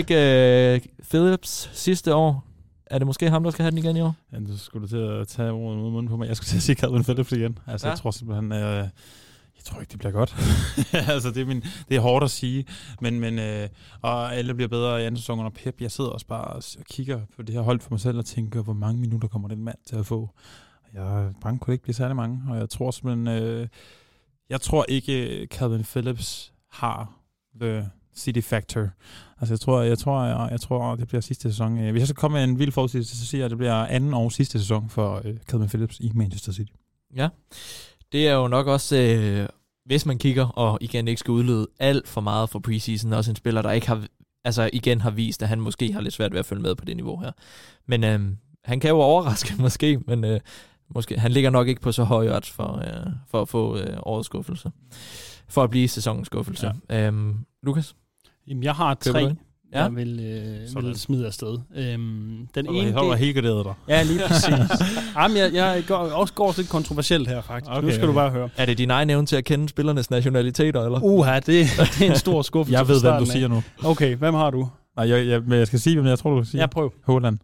Phillips sidste år. Er det måske ham, der skal have den igen i år? Ja, du skulle til at tage ordet ud af munden på mig. Jeg skulle til at sige Calvin Phillips igen. Altså, jeg tror simpelthen, jeg tror ikke, det bliver godt. Altså, det er hårdt at sige. Men og alle bliver bedre i anden sæson under Pep. Jeg sidder også bare og kigger på det her hold for mig selv og tænker, hvor mange minutter kommer den mand til at få. Jeg bange kunne det ikke blive særlig mange. Og jeg tror simpelthen, jeg tror ikke, Calvin Phillips har the City Factor. Altså, jeg tror, det bliver sidste sæson. Hvis jeg skal komme med en vild forudsigelse, så siger jeg, at det bliver anden og sidste sæson for Calvin Phillips i Manchester City. Ja, det er jo nok også, hvis man kigger, og igen ikke skal udlede alt for meget for preseason, også en spiller, der ikke har vist, at han måske har lidt svært ved at følge med på det niveau her. Men han kan jo overraske måske, men måske, han ligger nok ikke på så høj odds for at få årets skuffelse. For at blive sæsonens skuffelse. Ja. Lukas? Jamen, jeg har 3, jeg vil smide afsted. Den ene... Jeg har helt graderet dig. Ja, lige præcis. Jamen, jeg går lidt kontroversielt her, faktisk. Okay, nu skal du bare høre. Er det din egen evne til at kende spillernes nationaliteter, eller? Det er en stor skuffelse. Jeg ved, hvem du siger nu. Okay, hvem har du? Nej, men jeg skal sige, hvem jeg tror, du siger. Ja, prøv. Haaland.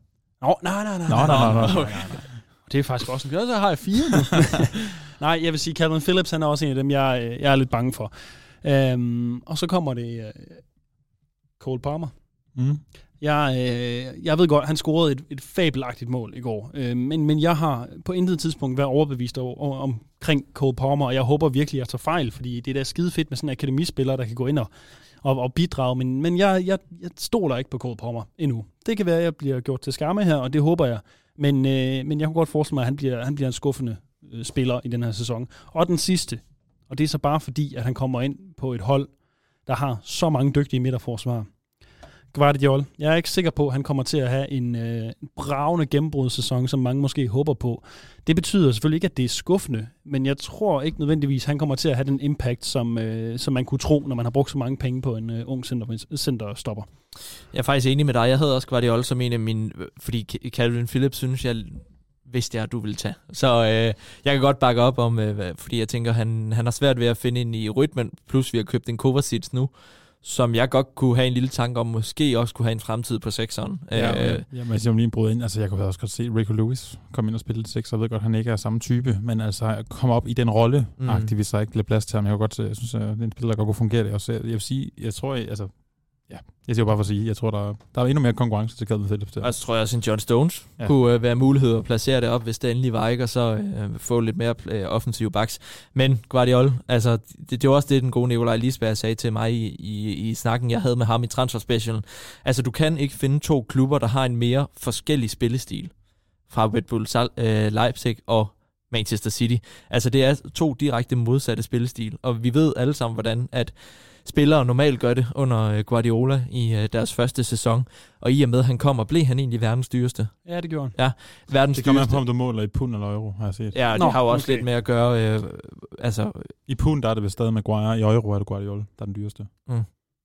Nej. Det er faktisk også en... Så har jeg 4 nu. Nej, jeg vil sige, Calvin Phillips, han er også en af dem, jeg er lidt bange for. Og så kommer det Cole Palmer. Jeg ved godt, han scorede et fabelagtigt mål i går, men jeg har på intet tidspunkt været overbevist omkring Cole Palmer, og jeg håber virkelig, at jeg tager fejl, fordi det er da skide fedt med sådan en akademispiller, der kan gå ind og bidrage, men jeg stoler ikke på Cole Palmer endnu. Det kan være, at jeg bliver gjort til skamme her, og det håber jeg, men jeg kunne godt forestille mig, at han bliver en skuffende spiller i den her sæson. Og den sidste, og det er så bare fordi, at han kommer ind på et hold, der har så mange dygtige midterforsvarer. Guardiola. Jeg er ikke sikker på, at han kommer til at have en bravende gennembrudssæson, som mange måske håber på. Det betyder selvfølgelig ikke, at det er skuffende, men jeg tror ikke nødvendigvis, at han kommer til at have den impact, som man kunne tro, når man har brugt så mange penge på en ung centerstopper. Jeg er faktisk enig med dig. Jeg havde også Guardiola som en af mine, fordi Calvin Phillips synes jeg vidste jeg, at du ville tage. Så jeg kan godt bakke op om, fordi jeg tænker, han har svært ved at finde ind i rytmen, plus vi har købt en Kovacic nu, som jeg godt kunne have en lille tanke om, måske også kunne have en fremtid på 6'eren. Men jeg lige brød ind. Altså, jeg kunne også godt se Rico Lewis komme ind og spille 6, og jeg ved godt, han ikke er samme type, men altså komme op i den rolle, hvis der ikke bliver plads til ham. Jeg synes, det er en spiller, der godt kunne fungere det også. Jeg vil sige, jeg tror, jeg siger bare for at sige, jeg tror, der er endnu mere konkurrence til Calvin Phillips der. Og så tror jeg også, at John Stones kunne være mulighed at placere det op, hvis det endelig var ikke, og så få lidt mere offensive backs. Men Guardiola, altså, det var også det, den gode Nikolaj Lisberg sagde til mig i snakken, jeg havde med ham i Transfer Special. Altså, du kan ikke finde 2 klubber, der har en mere forskellig spillestil fra Red Bull Leipzig og Manchester City. Altså, det er 2 direkte modsatte spillestil, og vi ved alle sammen, hvordan at spillere normalt gør det under Guardiola i deres første sæson. Og i og med, at han kom, blev han egentlig verdens dyreste. Ja, det gjorde han. Ja, verdens det kommer an på, om du måler i pund eller euro, har jeg set. Ja, det har jo også lidt med at gøre... I pund, der er det vist stadig Maguire. I euro er det Guardiola, der er den dyreste.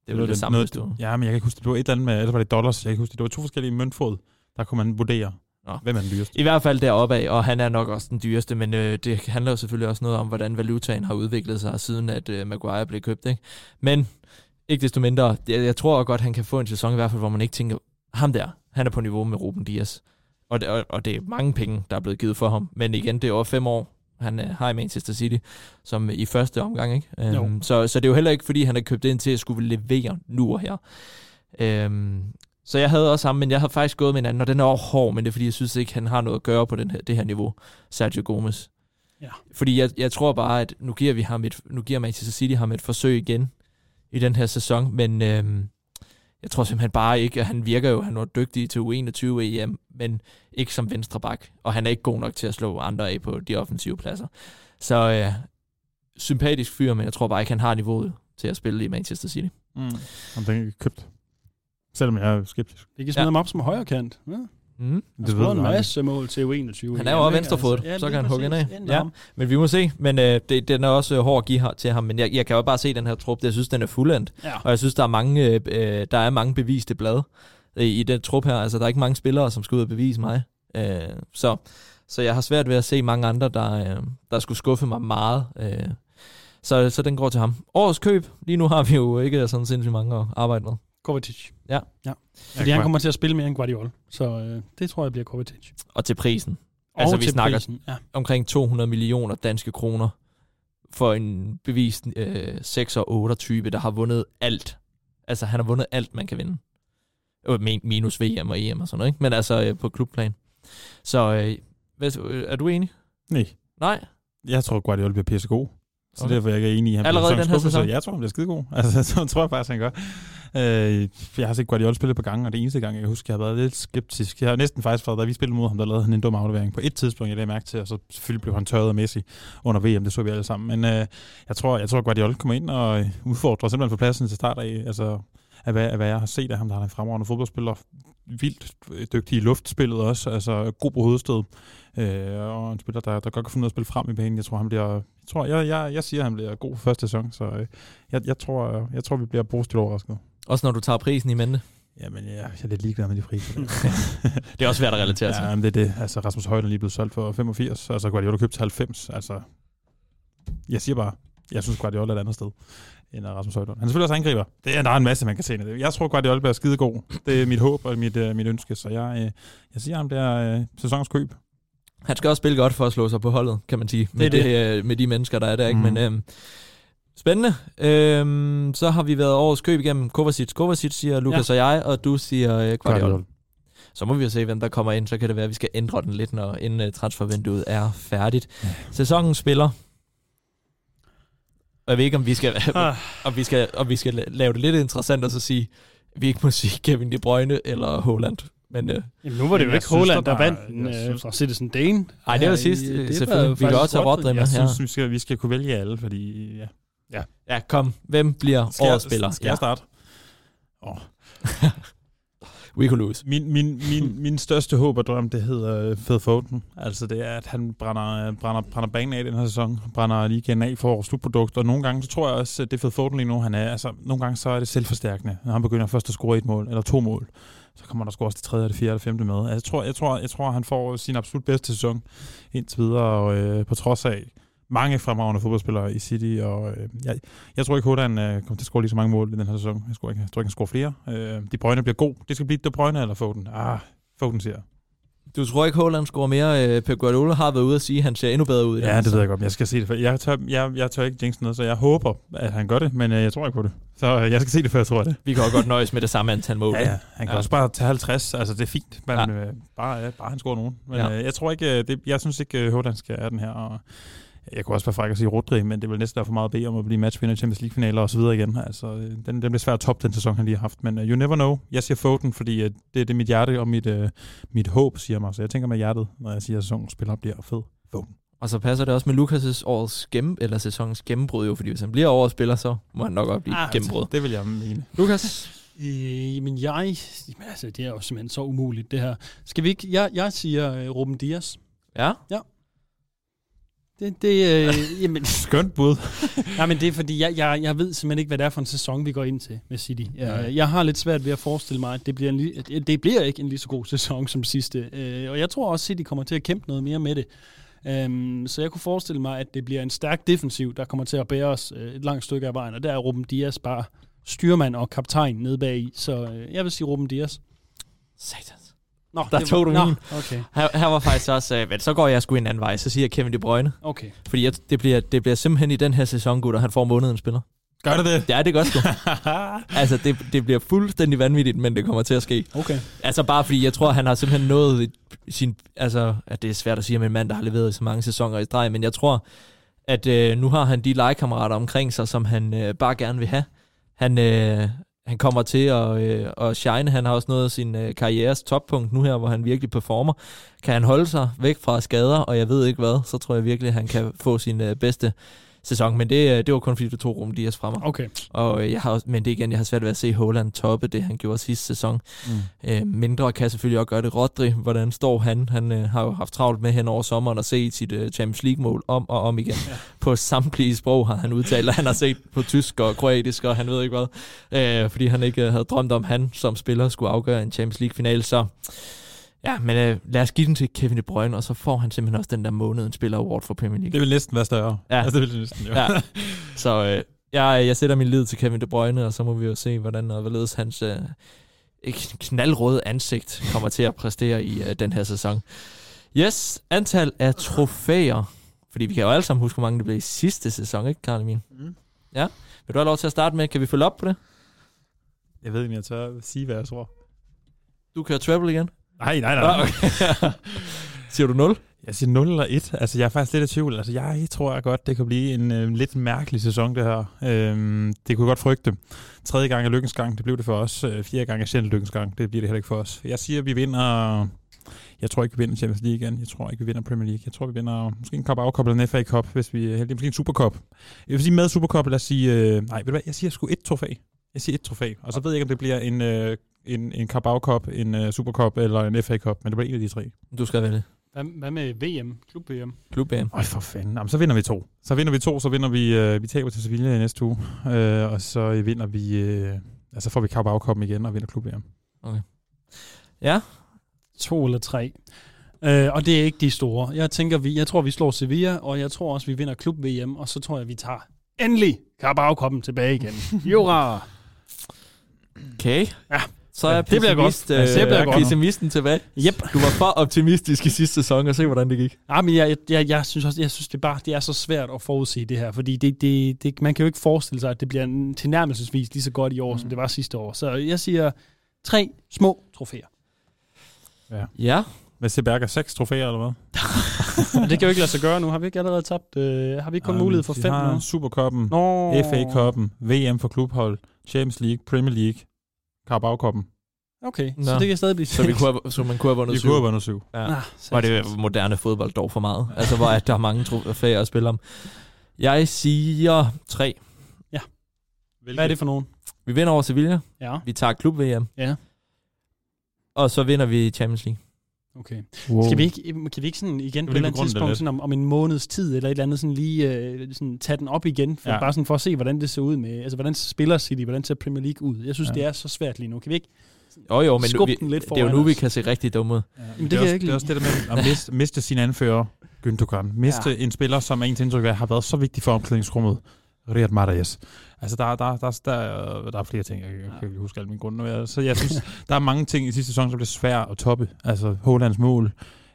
Det var det samme, hvis du... Ja, men jeg kan ikke huske, det var et eller andet med, eller var det dollars, jeg kan huske, det var 2 forskellige møntfod, der kunne man vurdere, hvem er den dyreste. I hvert fald deroppe af, og han er nok også den dyreste, men det handler jo selvfølgelig også noget om, hvordan valutaen har udviklet sig, siden at Maguire blev købt, ikke? Men ikke desto mindre, jeg tror godt, han kan få en sæson i hvert fald, hvor man ikke tænker, ham der, han er på niveau med Ruben Dias. Og det er mange penge, der er blevet givet for ham, men igen, det er over 5 år, han har i Manchester City, som i første omgang, ikke? Så det er jo heller ikke, fordi han er købt ind til at skulle levere nu og her. Så jeg havde også ham, men jeg havde faktisk gået med en anden, og den er også hård, men det er fordi, jeg synes ikke, han har noget at gøre på det her niveau, Sergio Gomez. Ja. Fordi jeg tror bare, at nu giver Manchester City ham et forsøg igen i den her sæson, men jeg tror simpelthen bare ikke, at han virker jo, han var dygtig til U21 EM, men ikke som venstreback, og han er ikke god nok til at slå andre af på de offensive pladser. Så sympatisk fyr, men jeg tror bare ikke, han har niveauet til at spille i Manchester City. Om den ikke købt. Selvom jeg er skeptisk. Det kan smide ham op som højre kant. Ja. Det ved en masse mål til U21. Han er jo også venstrefodet, så kan han hugge ind af. Ja, men vi må se. Men den er også hård at give til ham. Men jeg kan jo bare se den her trup. Jeg synes, den er fuldendt. Ja. Og jeg synes, der er mange beviste blade i den trup her. Altså, der er ikke mange spillere, som skal ud og bevise mig. Så jeg har svært ved at se mange andre, der skulle skuffe mig meget. Så den går til ham. Årets køb. Lige nu har vi jo ikke sådan sindssygt mange at arbejde med. Kovacic. Ja. Fordi han kommer til at spille mere end Guardiola. Så det tror jeg bliver Kovacic. Og til prisen. Og altså vi snakker omkring 200 millioner danske kroner for en bevist 6 og 8 type, der har vundet alt. Altså han har vundet alt, man kan vinde. Minus VM og EM og sådan noget, ikke? Men altså på klubplan. Så er du enig? Nej? Jeg tror Guardiola bliver pissegod. Så derfor jeg er enig i, han allerede den her sæson. Jeg tror, han bliver skidegod. Altså, så tror jeg faktisk, han gør. Jeg har set Guardiola spille på gange, og det eneste gang, jeg husker, jeg har været lidt skeptisk. Jeg har næsten faktisk været, da vi spillede mod ham, der lavede han en dum aflevering på et tidspunkt, jeg lagde mærke til, og så selvfølgelig blev han tørret af Messi under VM, det så vi alle sammen. Men jeg tror Guardiola kommer ind og udfordrer simpelthen på pladsen til start af, altså af hvad jeg har set af ham, der har en fremragende fodboldspiller, vildt dygtig i luftspillet også, altså god på hovedstød, og en spiller, der godt kan finde noget at spille frem i banen. Jeg tror, han bliver... Jeg siger, at han bliver god for første sæson, så jeg tror, vi bliver positivt overrasket. Også når du tager prisen i mente? Jamen, jeg er lidt ligeglad med de priser. Det er også svært at relatere til. Ja, men det er det. Altså, Rasmus Højlund er lige blevet solgt for 85, altså Guardiola købt til 90. Altså, jeg siger bare, jeg synes Guardiola er et andet sted end Rasmus Højlund. Han er selvfølgelig også angriber. Der er en masse, man kan se med det. Jeg tror, Guardiola bliver skidegod. Det er mit håb og mit ønske, så jeg siger ham, det er sæsonens køb. Han skal også spille godt for at slå sig på holdet, kan man sige, med de mennesker, der er der, ikke? Men spændende. Så har vi været årets køb igennem Kovacic. Kovacic siger Lukas og jeg, og du siger Guardiola. Så må vi jo se, hvem der kommer ind. Så kan det være, at vi skal ændre den lidt, inden transfervinduet er færdigt. Sæsonen spiller. Jeg ved ikke, om vi skal lave det lidt interessant og så sige, at vi ikke må sige Kevin De Bruyne eller Haaland. Men, jamen, nu var det jo ikke Haaland, der vandt fra Citizen Dane. Nej, det var sidst. Selvfølgelig. Vi kan også have Rodri med. Jeg synes, vi skal kunne vælge alle, fordi... Ja, kom. Hvem bliver årets spiller? Skal jeg starte? We could lose. Min største håb og drøm, det hedder Phil Foden. Altså det er, at han brænder banen af i den her sæson. Brænder ligaen af for slutprodukt. Og nogle gange, så tror jeg også, at det Phil Foden lige nu, han er. Altså nogle gange, så er det selvforstærkende. Når han begynder først at score 1 mål, eller 2 mål, så kommer der sgu også det 3., det 4., det 5. med. Altså, jeg tror, han får sin absolut bedste sæson indtil videre, og på trods af mange fremragende fodboldspillere i City, og jeg tror ikke, Haaland kommer til at score lige så mange mål i den her sæson. Jeg tror ikke, han scorer flere. De Bruyne bliver god. Det skal blive De Bruyne eller Foden. Foden siger. Du tror ikke, Haaland scorer mere? Pep Guardiola har været ude at sige, at han ser endnu bedre ud. Ja, det ved jeg godt. Jeg skal se det. Jeg tør ikke jinx noget, så jeg håber, at han gør det, men jeg tror ikke på det. Så jeg skal se det, før jeg tror det. Vi kan også godt nøjes med det samme antal mål. Ja, han kan også bare tage 50. Altså, det er fint. Men bare han scorer nogen. Men jeg tror ikke, jeg synes ikke, Haaland skal have den her. Og jeg kunne også være fræk at sige Rodri, men det vil næsten være for meget at bede om at blive matchvinder i Champions League-finaler og så videre igen. Altså, den bliver svært at toppe den sæson, han lige har haft. Men you never know. Jeg siger Foden, fordi det er mit hjerte og mit håb, siger mig. Så jeg tænker med hjertet, når jeg siger, at sæsonen spiller bliver fed. Foden. Og så passer det også med Lukas' årets sæsonens gennembrud, jo, fordi hvis han bliver årets spiller, så må han nok også blive gennembrud. Det vil jeg mene. Lukas? Men det er jo simpelthen så umuligt, det her. Skal vi ikke... Jeg siger Ruben Dias. Ja? Ja. Jamen, skønt bud. Nej, men det er fordi, jeg ved simpelthen ikke, hvad det er for en sæson, vi går ind til med City. Jeg har lidt svært ved at forestille mig, at det bliver ikke en lige så god sæson som sidste. Og jeg tror også, City kommer til at kæmpe noget mere med det. Så jeg kunne forestille mig, at det bliver en stærk defensiv, der kommer til at bære os et langt stykke af vejen. Og der er Ruben Dias bare styrmand og kaptajn nede bagi. Så jeg vil sige Ruben Dias. Satans. Nå, der tog du min. Okay. Her var faktisk også, men så går jeg sgu en anden vej, så siger jeg Kevin De Bruyne. Okay. Fordi det bliver simpelthen i den her sæson, gutter, han får månedens spiller. Gør det? Ja, det gør sgu. Altså, det bliver fuldstændig vanvittigt, men det kommer til at ske. Okay. Altså, bare fordi jeg tror, han har simpelthen nået sin... Altså, at det er svært at sige med en mand, der har leveret i så mange sæsoner i streg, men jeg tror, at nu har han de legekammerater omkring sig, som han bare gerne vil have. Han kommer til at shine. Han har også nået sin karrieres toppunkt nu her, hvor han virkelig performer. Kan han holde sig væk fra skader, og jeg ved ikke hvad, så tror jeg virkelig, at han kan få sin bedste sæson. Men det var kun fordi, du tog Ruben Dias fra mig. Okay. Og jeg har svært ved at se Haaland toppe det, han gjorde sidste sæson. Mindre kan selvfølgelig også gøre det. Rodri, hvordan står han? Han har jo haft travlt med hen over sommeren og set sit Champions League-mål om og om igen. Ja. På samtlige sprog har han udtalt, at han har set på tysk og kroatisk, og han ved ikke hvad. Fordi han ikke havde drømt om, han som spiller skulle afgøre en Champions League-finale. Så ja, men lad os give den til Kevin De Bruyne, og så får han simpelthen også den der månedens spiller award for Premier League. Det vil næsten være større. Ja. Altså, det vil næsten, jo. Ja. Så jeg sætter min lid til Kevin De Bruyne, og så må vi jo se, hvordan og hvorledes hans knaldrøde ansigt kommer til at præstere i den her sæson. Yes, antal af trofæer. Fordi vi kan jo alle sammen huske, hvor mange det blev i sidste sæson, ikke, Karl Emil? Ja. Vil du have lov til at starte med? Kan vi følge op på det? Jeg ved ikke, om jeg tør sige, hvad jeg tror. Du kører treble igen? Nej. Okay. Siger du 0? Jeg siger 0 eller 1. Altså, jeg er faktisk lidt i tvivl. Altså, jeg tror godt, det kan blive en lidt mærkelig sæson, det her. Det kunne jeg godt frygte. 3. gang er lykkens gang, det blev det for os. 4. gang er sjældent lykkens gang, det bliver det heller ikke for os. Jeg siger, vi vinder... Jeg tror ikke, vi vinder Champions League igen. Jeg tror ikke, vi vinder Premier League. Jeg tror, vi vinder måske en Carabao Cup eller en FA Cup, hvis vi er heldige. Måske en Supercup. Jeg vil sige med Supercup, lad os sige... nej, ved du hvad? Jeg siger sgu 1 trofæ. Jeg siger 1 trofæ. Og så ved jeg ikke, om det bliver en Carabao Cup, en Supercup eller en FA Cup, men det bliver en af de 3. Du skal vælge. Hvad med VM? Klub-VM? Klub-VM. For fanden. Jamen, så vinder vi 2. Så vinder vi taber til Sevilla i næste uge. Og så vinder vi... så får vi Carabao Cup'en igen og vinder Klub-VM. Okay. Ja. 2 eller 3. Og det er ikke de store. Jeg tror, vi slår Sevilla, og jeg tror også, vi vinder Klub-VM, og så tror jeg, vi tager endelig Carabao Cup'en tilbage igen. Jura! Okay. Ja. Så er det bliver godt. Pessimisten tilbage. Yep. Du var for optimistisk i sidste sæson, og se, hvordan det gik. Ja, men jeg synes det er så svært at forudse det her, fordi man kan jo ikke forestille sig, at det bliver tilnærmelsesvis lige så godt i år, som det var sidste år. Så jeg siger 3 små trofæer. Ja. Med Seberger 6 trofæer, eller hvad? Det kan jo ikke lade sig gøre nu. Har vi ikke allerede tabt? Har vi ikke kun mulighed for 5 nu? Supercuppen, FA-cuppen, VM for klubhold, Champions League, Premier League, Carabao Cuppen. Okay, så det kan stadig blive 6. Så man kunne have vundet 7. Vi kunne have vundet 7. Ja. Var det moderne fodbold dog for meget? Altså, hvor der er mange trofæer at spille om. Jeg siger 3. Ja. Hvad er det for nogen? Vi vinder over Sevilla. Ja. Vi tager klub-VM. Ja. Og så vinder vi Champions League. Okay. Wow. Kan vi ikke sådan igen på et eller andet tidspunkt sådan om en måneds tid eller et eller andet sådan lige sådan tage den op igen for bare sådan for at se hvordan det ser ud med altså hvordan spiller City, hvordan ser Premier League ud. Jeg synes det er så svært lige nu. Kan vi ikke jo, men det er jo nu vi kan se rigtig dumme ud. Ja, men det er også det der med at miste sin anfører Gündogan. Miste en spiller som ens indtryk har været så vigtig for omklædningsrummet. Riyad Mahrez. Altså, der er flere ting, jeg kan ikke huske alle mine grunde. Så jeg synes, der er mange ting i sidste sæson, som bliver svært at toppe. Altså, Haalands mål.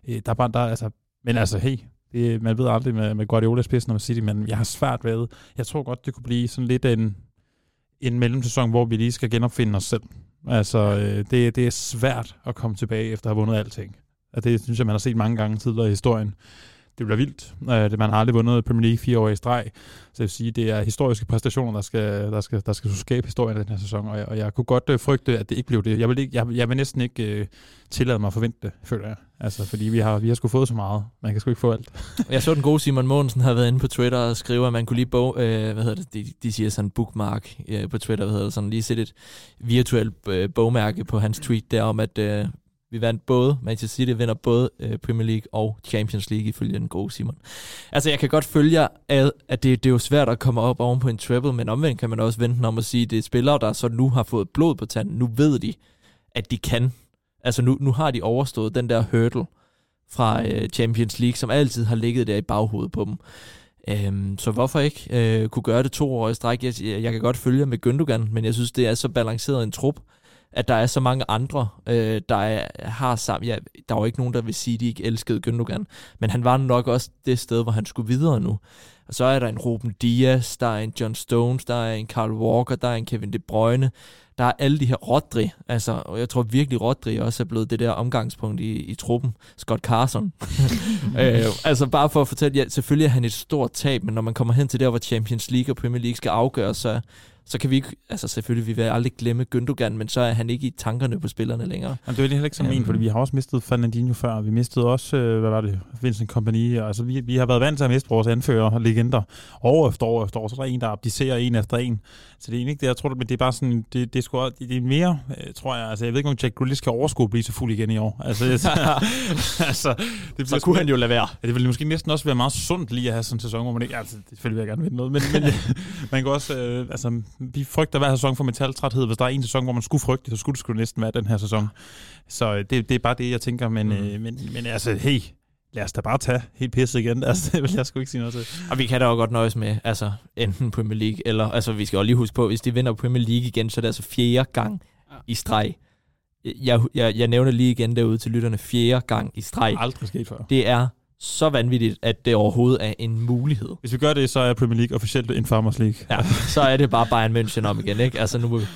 Men hey, man ved aldrig med Guardiola spidsen og med City, men jeg har svært ved. Jeg tror godt, det kunne blive sådan lidt en mellemsæson, hvor vi lige skal genopfinde os selv. Altså, det er svært at komme tilbage efter at have vundet alting. Og det synes jeg, man har set mange gange tidligere i historien. Det bliver vildt. Man har aldrig vundet Premier League 4 år i streg. Så jeg vil sige, det er historiske præstationer, der skal skabe historien af den her sæson. Og jeg kunne godt frygte, at det ikke blev det. Jeg vil næsten ikke tillade mig at forvente det, føler jeg. Altså, fordi vi har sgu fået så meget. Man kan sgu ikke få alt. Jeg så den gode Simon Mogensen havde været inde på Twitter og skrive, at man kunne lige de siger sådan bookmark på Twitter, sådan lige sætte et virtuelt bogmærke på hans tweet der om, at Vi vandt både, Manchester City vinder både Premier League og Champions League, ifølge den gode Simon. Altså, jeg kan godt følge jer, at det er jo svært at komme op oven på en treble, men omvendt kan man også vente den om at sige, at det er spillere, der så nu har fået blod på tanden. Nu ved de, at de kan. Altså, nu har de overstået den der hurdle fra Champions League, som altid har ligget der i baghovedet på dem. Så hvorfor ikke kunne gøre det 2 år i stræk? Jeg kan godt følge med Gündogan, men jeg synes, det er så balanceret en trup, at der er så mange andre, har sammen. Ja, der er jo ikke nogen, der vil sige, at de ikke elskede Gündogan, men han var nok også det sted, hvor han skulle videre nu. Og så er der en Ruben Dias, der er en John Stones, der er en Kyle Walker, der er en Kevin De Bruyne, der er alle de her Rodri, altså, og jeg tror virkelig Rodri også er blevet det der omgangspunkt i truppen. Scott Carson. Altså bare for at fortælle, ja, selvfølgelig er han et stort tab, men når man kommer hen til der, hvor Champions League og Premier League skal afgøres, så kan vi ikke, altså selvfølgelig, vi vil aldrig glemme Gündogan, men så er han ikke i tankerne på spillerne længere. Men det er heller ikke som en, fordi vi har også mistet Fernandinho før, vi mistede også, hvad var det, Vincent Kompany, altså vi har været vant til at miste vores anfører og legender år efter år, så er der en, der abdicerer en efter en. Så det er ikke det, jeg tror, men det er bare sådan, det er mere, tror jeg, altså jeg ved ikke, om Jack Grealish kan overskue at blive så fuld igen i år. Altså, det så kunne han jo lade være. Ja, det ville måske næsten også være meget sundt lige at have sådan en sæson, hvor man ikke, altså selvfølgelig vil jeg gerne vinde noget, men man kan også, altså vi frygter hver sæson for metaltræthed. Hvis der er en sæson, hvor man skulle frygte, så skulle det sgu næsten være den her sæson. Så det er bare det, jeg tænker. Men altså, hey, lad os da bare tage helt pisset igen. Altså, det vil jeg sgu ikke sige noget til. Og vi kan da jo godt nøjes med, altså, enten Premier League, eller, altså, vi skal jo lige huske på, hvis de vinder Premier League igen, så er det altså 4. gang i streg. Jeg nævner lige igen derude til lytterne, 4. gang i streg. Aldrig sket før. Det er så vanvittigt, at det overhovedet er en mulighed. Hvis vi gør det, så er Premier League officielt en Farmers League. Ja, så er det bare Bayern München om igen, ikke? Altså nu må vi...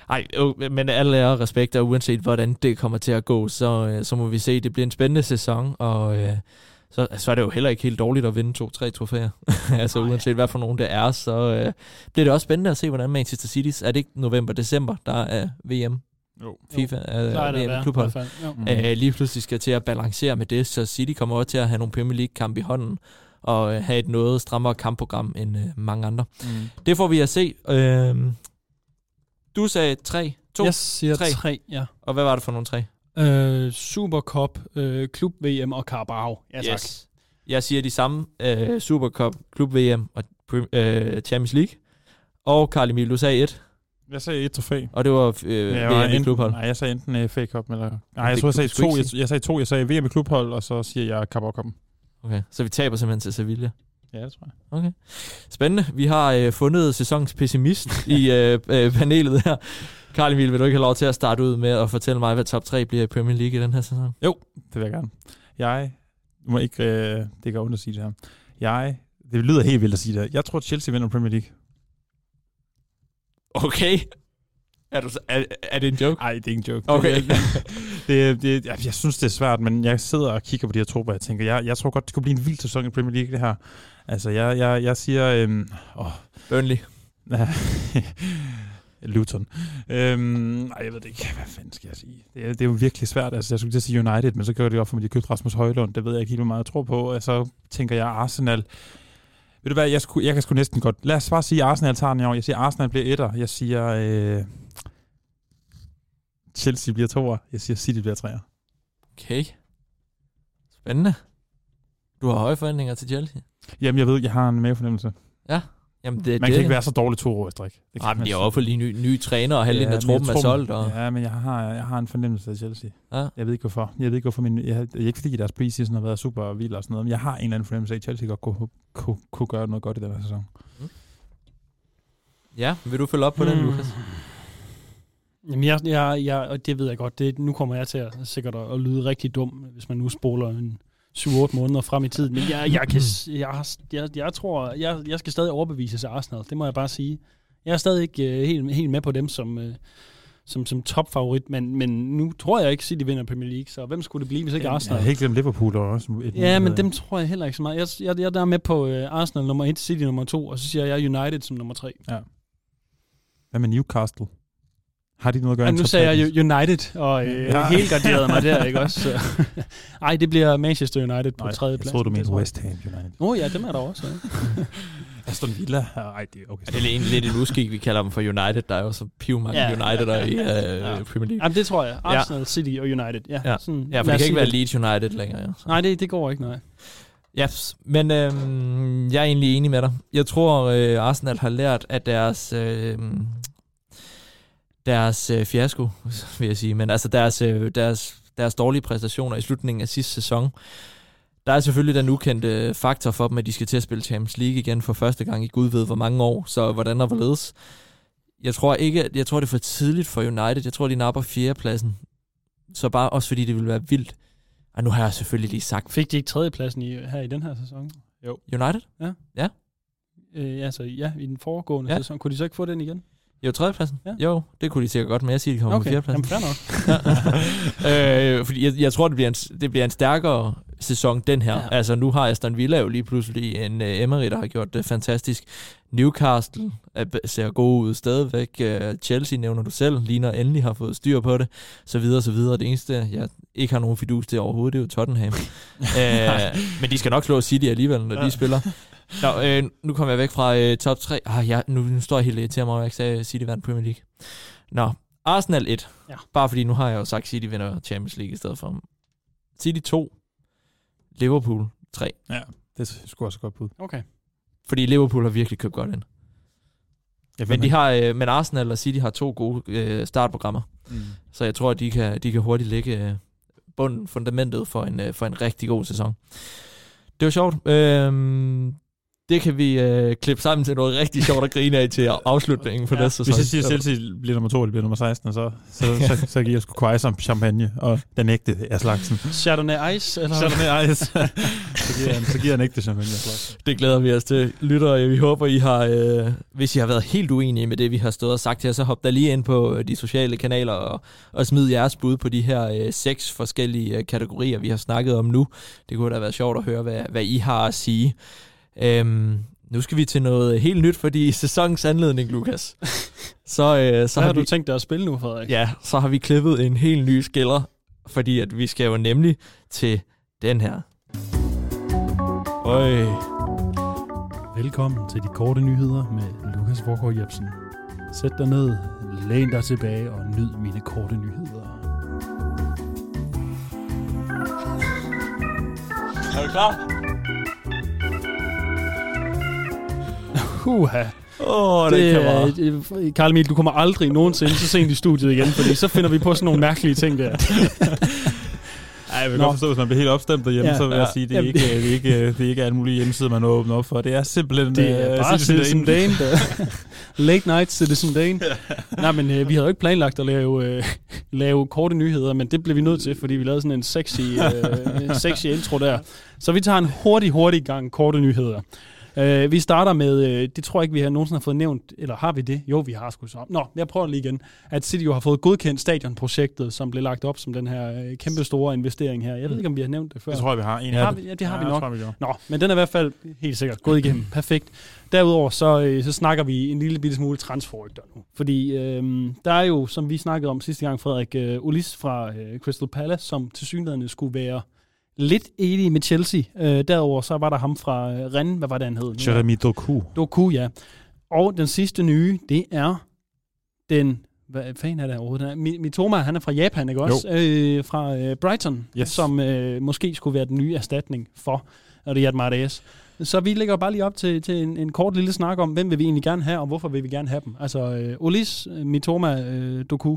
men alle er respekt, og uanset hvordan det kommer til at gå, så må vi se, det bliver en spændende sæson, og så er det jo heller ikke helt dårligt at vinde 2-3 trofæer. Altså uanset hvad for nogen det er, så bliver det også spændende at se, hvordan Manchester City, er det ikke november-december, der er VM? FIFA VM klubhold. Lige pludselig skal til at balancere med det, så City kommer også til at have nogle Premier League-kamp i hånden, og have et noget strammere kampprogram end mange andre. Det får vi at se. Du sagde 3, 2, jeg siger 3, ja. Og hvad var det for nogle 3? Supercup, Klub VM og Carabao. Ja, tak. Yes. Jeg siger de samme. Supercup, Klub VM og Champions League. Og Carl Emil, du sagde 1. Jeg sagde 1 trofæ. Og det var VM i klubhold? Nej, jeg sagde enten FA Cup eller... Nej, jeg tror, jeg sagde 2. Jeg sagde 2. Jeg sagde VM i klubhold, og så siger jeg Carabao Cup. Okay, så vi taber simpelthen til Sevilla? Ja, det tror jeg. Okay. Spændende. Vi har fundet sæsonens pessimist i panelet her. Carl Emil, vil du ikke have lov til at starte ud med at fortælle mig, hvad top 3 bliver i Premier League i den her sæson? Jo, det vil jeg gerne. Jeg må ikke... det går ondt at sige det her. Det lyder helt vildt at sige det. Jeg tror, at Chelsea vinder Premier League. Okay. Er det en joke? Nej, det er ikke en joke. Okay. Jeg synes, det er svært, men jeg sidder og kigger på de her trupper, og jeg tænker, jeg tror godt, det kunne blive en vild sæson i Premier League, det her. Altså, jeg siger... Burnley. Luton. Nej, jeg ved det ikke. Hvad fanden skal jeg sige? Det er jo virkelig svært. Altså, jeg skulle til at sige United, men så gør det op for mig, de købte Rasmus Højlund. Det ved jeg ikke helt, hvor meget jeg tror på. Og så tænker jeg Arsenal... Ved du hvad, jeg kan sgu næsten godt... Lad os bare sige, at Arsenal tager den i år. Jeg siger, Arsenal bliver 1'er. Jeg siger, Chelsea bliver 2'er. Jeg siger, City bliver 3'er. Okay. Spændende. Du har høje forventninger til Chelsea? Jamen, jeg ved, jeg har en mavefornemmelse. Ja. Jamen, man kan ikke være så dårlig 2 år i strik. Nej, men de har jo fået lige nye træner, og halvdelen af truppen er solgt. Og... Ja, men jeg har en fornemmelse af Chelsea. Ja. Jeg ved ikke hvorfor. Ikke fordi deres preseason har været super vild og sådan noget, men jeg har en eller anden fornemmelse af, at Chelsea godt kunne gøre noget godt i den her sæson. Ja, vil du følge op på den, Lukas? Jamen, jeg, det ved jeg godt. Nu kommer jeg til at sikkert at lyde rigtig dum, hvis man nu spoler en 7-8 måneder frem i tiden. Men jeg tror, jeg skal stadig overbevises af Arsenal. Det må jeg bare sige. Jeg er stadig ikke helt med på dem som topfavorit, men nu tror jeg ikke, City vinder Premier League, så hvem skulle det blive, hvis ikke Arsenal? Jeg har helt glemt Liverpool også. Ja, men dem tror jeg heller ikke så meget. Jeg er der med på Arsenal nummer 1, City nummer 2, og så siger jeg United som nummer 3. Ja. Hvad med Newcastle? Har de noget at gøre? Nu sagde jeg United, og helt garderede mig der, ikke også? Ej, det bliver Manchester United på 3. plads. Jeg tror, du mener West Ham United. Ja, dem er der også. Aston Villa. Ej, det er okay. Det er egentlig lidt en uskik, vi kalder dem for United. Der er jo så pivmange Uniteder i Premier League. Jamen, det tror jeg. Arsenal, City og United. Ja, sådan, for det kan ikke være Leeds United længere. Ja, nej, det går ikke, nej. Ja, men jeg er egentlig enig med dig. Jeg tror, Arsenal har lært af deres fiasko, vil jeg sige. Men altså deres dårlige præstationer i slutningen af sidste sæson. Der er selvfølgelig den ukendte faktor for dem, at de skal til at spille Champions League igen for første gang i Gud ved hvor mange år. Så hvordan og hvorledes. Jeg tror det er for tidligt for United. Jeg tror, de napper 4. pladsen. Så bare også fordi det vil være vildt. Og nu har jeg selvfølgelig lige sagt... Fik de ikke 3. pladsen her i den her sæson? Jo. United? Ja. I den foregående sæson. Kunne de så ikke få den igen? Jo, 3. pladsen? Ja. Jo, det kunne de sikkert godt, men jeg siger, de kommer på 4. pladsen. Jamen, fair nok. Fordi jeg tror, det bliver en stærkere sæson, den her. Ja. Altså, nu har Aston Villa jo lige pludselig en Emery, der har gjort det fantastisk. Newcastle ser gode ud stadigvæk. Chelsea nævner du selv, ligner endelig har fået styr på det. Så videre, så videre. Det eneste, jeg ikke har nogen fidus til overhovedet, det er jo Tottenham. Men de skal nok slå City alligevel, når de spiller. Nå, nu kommer jeg væk fra top 3. Nu står jeg helt lidt til mig, at jeg ikke sagde City vandt Premier League. Nå, Arsenal 1. Ja. Bare fordi nu har jeg jo sagt, City vinder Champions League i stedet for. City 2. Liverpool 3. Ja, det skulle også godt bud. Okay. Fordi Liverpool har virkelig købt godt ind. Men Arsenal og City har 2 gode startprogrammer. Så jeg tror, at de kan hurtigt lægge fundamentet for en rigtig god sæson. Det var sjovt. Det kan vi klippe sammen til noget rigtig sjovt at grine af til afslutningen på næste sæson. Hvis jeg siger, at Chelsea bliver nummer 2, eller bliver nummer 16, så giver jeg sgu kvej som champagne, og den ægte af slagsen. Chardonnay Ice? Eller? Chardonnay Ice. så giver en ægte champagne af slagsen. Det glæder vi os til. Lyttere, vi håber, I har, hvis I har været helt uenige med det, vi har stået og sagt her, så hop der lige ind på de sociale kanaler og smid jeres bud på de her 6 forskellige kategorier, vi har snakket om nu. Det kunne da være sjovt at høre, hvad I har at sige. Nu skal vi til noget helt nyt, fordi i sæsonens anledning, Lukas, så har du tænkt dig at spille nu, Frederik? Ja, så har vi klippet en helt ny skiller, fordi at vi skal jo nemlig til den her. Øj. Velkommen til de korte nyheder med Lukas Vorgård Jebsen. Sæt dig ned, læn dig tilbage og nyd mine korte nyheder. Er du klar? Det kan Karl Emil, du kommer aldrig nogensinde så sent i studiet igen, fordi så finder vi på sådan nogle mærkelige ting der. Ej, jeg vil godt forstå, hvis man bliver helt opstemt derhjemme, så vil jeg sige, det er ikke alle mulige hjemmesider, man åbner op for. Det er simpelthen... Det er bare Citizen Dane. Late Night Citizen Dane. Nej, men vi havde jo ikke planlagt at lave korte nyheder, men det blev vi nødt til, fordi vi lavede sådan en sexy intro der. Så vi tager en hurtig gang korte nyheder. Vi starter med, det tror jeg ikke, vi har nogensinde har fået nævnt, eller har vi det? Jo, vi har sgu så. Nå, jeg prøver lige igen. At City jo har fået godkendt stadionprojektet, som blev lagt op som den her kæmpe store investering her. Jeg ved ikke, om vi har nævnt det før. Det tror jeg, vi har. Det har vi nok. Tror, vi Nå, men den er i hvert fald helt sikkert gået igennem. Perfekt. Derudover så snakker vi en lille bitte smule transferrygter nu. Fordi der er jo, som vi snakkede om sidste gang, Frederik, Ulis fra Crystal Palace, som tilsyneladende skulle være lidt enig med Chelsea. Derudover så var der ham fra Rennes. Hvad var det, han hed? Jeremy Doku. Doku, ja. Og den sidste nye, det er den... Hvad fanden er det overhovedet? Mitoma, han er fra Japan, ikke også? Fra Brighton, yes. Som måske skulle være den nye erstatning for Riyad Mahrez. Så vi lægger bare lige op til en kort lille snak om, hvem vil vi egentlig gerne have, og hvorfor vil vi gerne have dem. Altså, Ulis, Mitoma, Doku.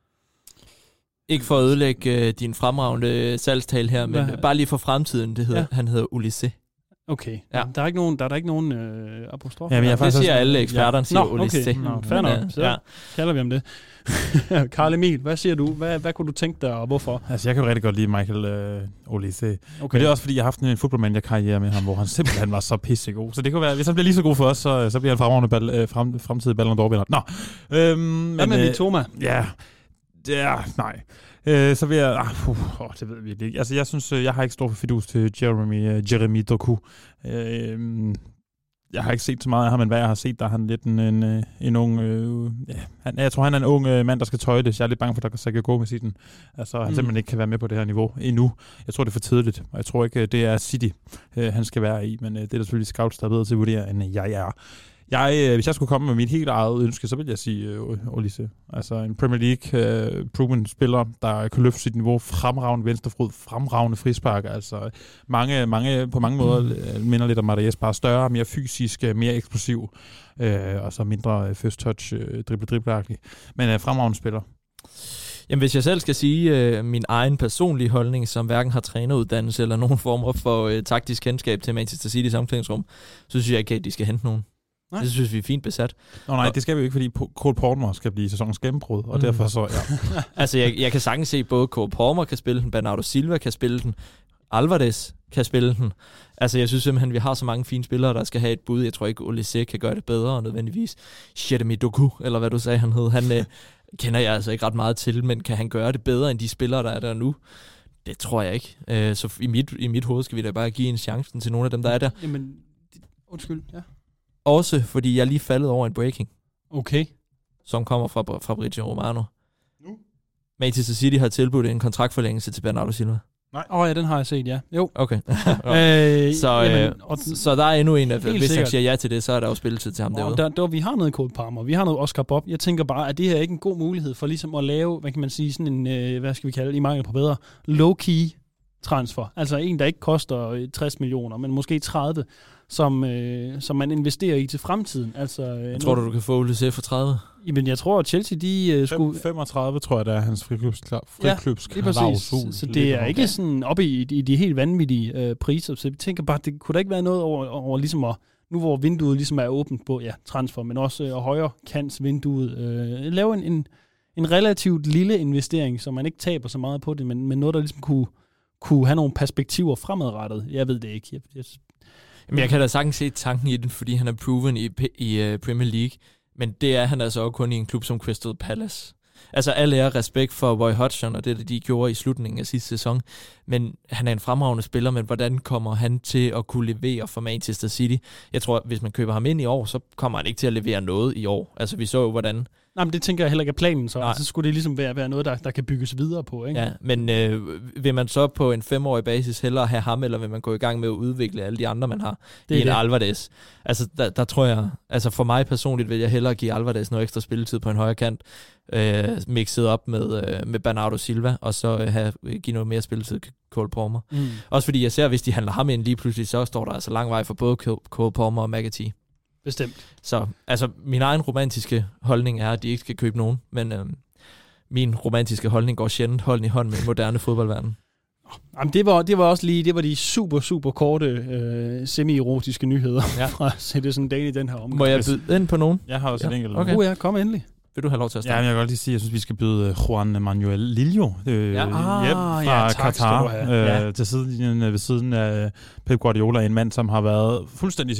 Ikke for at ødelægge din fremragende salgstal her, men bare lige for fremtiden, han hedder Ulisse. Okay. Ja. Der er ikke nogen apostrof. Ja, det siger alle eksperterne, siger Ulisse. Okay. Fair nok. Så kalder vi om det. Karl Emil, hvad siger du? Hvad kunne du tænke dig, og hvorfor? Altså, jeg kan jo rigtig godt lide Michael Olise. Okay. Men det er også, fordi jeg har haft en fodboldmanager-karriere med ham, hvor han simpelthen var så pissegod. Så det kunne være, hvis han bliver lige så god for os, så bliver han fremragende fremtidig Ballon d'Or-vinder. Nå. Hvad med Mitoma? Ja, nej. Så vil jeg... det ved vi ikke. Altså, jeg synes, jeg har ikke stor fidus til Jeremy Doku. jeg har ikke set så meget af ham, men hvad jeg har set, der er han lidt en ung... jeg tror, han er en ung mand, der skal tøjles. Jeg er lidt bange for, at der kan gå med City. Altså, han simpelthen ikke kan være med på det her niveau endnu. Jeg tror, det er for tidligt, og jeg tror ikke, det er City, han skal være i, men det er der selvfølgelig scouts, der er bedre til at vurdere, end jeg er. Hvis jeg skulle komme med mit helt eget ønske, så vil jeg sige Olise. Altså en Premier League proven spiller, der kan løfte sit niveau, fremragende venstrefod, fremragende frispark. Altså mange på mange måder minder lidt om Marais, bare større, mere fysisk, mere eksplosiv, og så mindre first touch, drible-agtig. Men fremragende spiller. Jamen, hvis jeg selv skal sige min egen personlige holdning, som hverken har træneruddannelse eller nogen former for taktisk kendskab til Manchester City's omklædningsrum, så synes jeg ikke, at de skal hente nogen. Nej. Det synes vi er fint besat. Nej, det skal vi jo ikke, fordi Cole Palmer skal blive sæsonens gennembrud, og derfor så, ja. Altså, jeg kan sagtens se, både Cole Palmer kan spille den, Bernardo Silva kan spille den, Alvarez kan spille den. Altså, jeg synes simpelthen, vi har så mange fine spillere, der skal have et bud. Jeg tror ikke, Olise kan gøre det bedre, nødvendigvis. Jeremy Doku, eller hvad du sagde, han hed. Han kender jeg altså ikke ret meget til, men kan han gøre det bedre, end de spillere, der er der nu? Det tror jeg ikke. Så i mit hoved skal vi da bare give en chance til nogle af dem, der er der. Jamen, undskyld, ja. Også fordi jeg lige faldet over en breaking. Okay. Som kommer fra Fabrizio Romano. Nu? Manchester City har tilbudt en kontraktforlængelse til Bernardo Silva. Nej. Ja, den har jeg set, ja. Jo. Okay. Så der er endnu en, hvis han siger ja til det, så er der jo spilletid til ham derude. Vi har noget Cole Palmer, vi har noget Oscar Bob. Jeg tænker bare, at det her er ikke en god mulighed for ligesom at lave, hvad kan man sige, sådan en, hvad skal vi kalde det, i mangel på bedre, low-key transfer. Altså en, der ikke koster 60 millioner, men måske 30, som man investerer i til fremtiden. Altså, jeg tror du kan få Olise for 30? Jamen, jeg tror, at Chelsea, de skulle... 35, tror jeg, der er hans friklubs så det er ikke sådan oppe i de helt vanvittige priser. Så jeg tænker bare, det kunne da ikke være noget over ligesom at... Nu hvor vinduet ligesom er åbent på transfer, men også højre kants vinduet. Lave en relativt lille investering, så man ikke taber så meget på det, men noget, der ligesom kunne have nogle perspektiver fremadrettet. Jeg ved det ikke. Jamen, jeg kan da sagtens se tanken i den, fordi han er proven i Premier League, men det er han altså også kun i en klub som Crystal Palace. Altså, alle er respekt for Roy Hodgson og det, de gjorde i slutningen af sidste sæson, men han er en fremragende spiller, men hvordan kommer han til at kunne levere for Manchester City? Jeg tror, hvis man køber ham ind i år, så kommer han ikke til at levere noget i år. Altså, vi så jo, hvordan... Nej, men det tænker jeg heller ikke er planen, så skulle det ligesom være noget, der kan bygges videre på, ikke? Ja, men vil man så på en 5-årig basis hellere have ham, eller vil man gå i gang med at udvikle alle de andre, man har? Det er en Alvarez. Altså, der tror jeg... Altså, for mig personligt vil jeg hellere give Alvarez noget ekstra spilletid på en højre kant, mixet op med Bernardo Silva, og så give noget mere spilletid til Cole Palmer. Også fordi jeg ser, hvis de handler ham ind lige pludselig, så står der altså lang vej for både Cole Palmer og McAtee. Bestemt. Så altså, min egen romantiske holdning er, at de ikke skal købe nogen, men min romantiske holdning går sjældent hånd i hånd med en moderne fodboldverden. Jamen, det var også lige, det var de super, super korte, semi-erotiske nyheder fra Citizen Daily den her omgang. Må jeg byde ind på nogen? Jeg har også et enkelt. Okay. Ja, kom endelig. Vil du have lov til at starte? Ja, jeg kan godt lige sige, at jeg synes, vi skal byde Juan Manuel Lillo hjem fra Qatar til sidelinjen ved siden af Pep Guardiola, en mand, som har været fuldstændig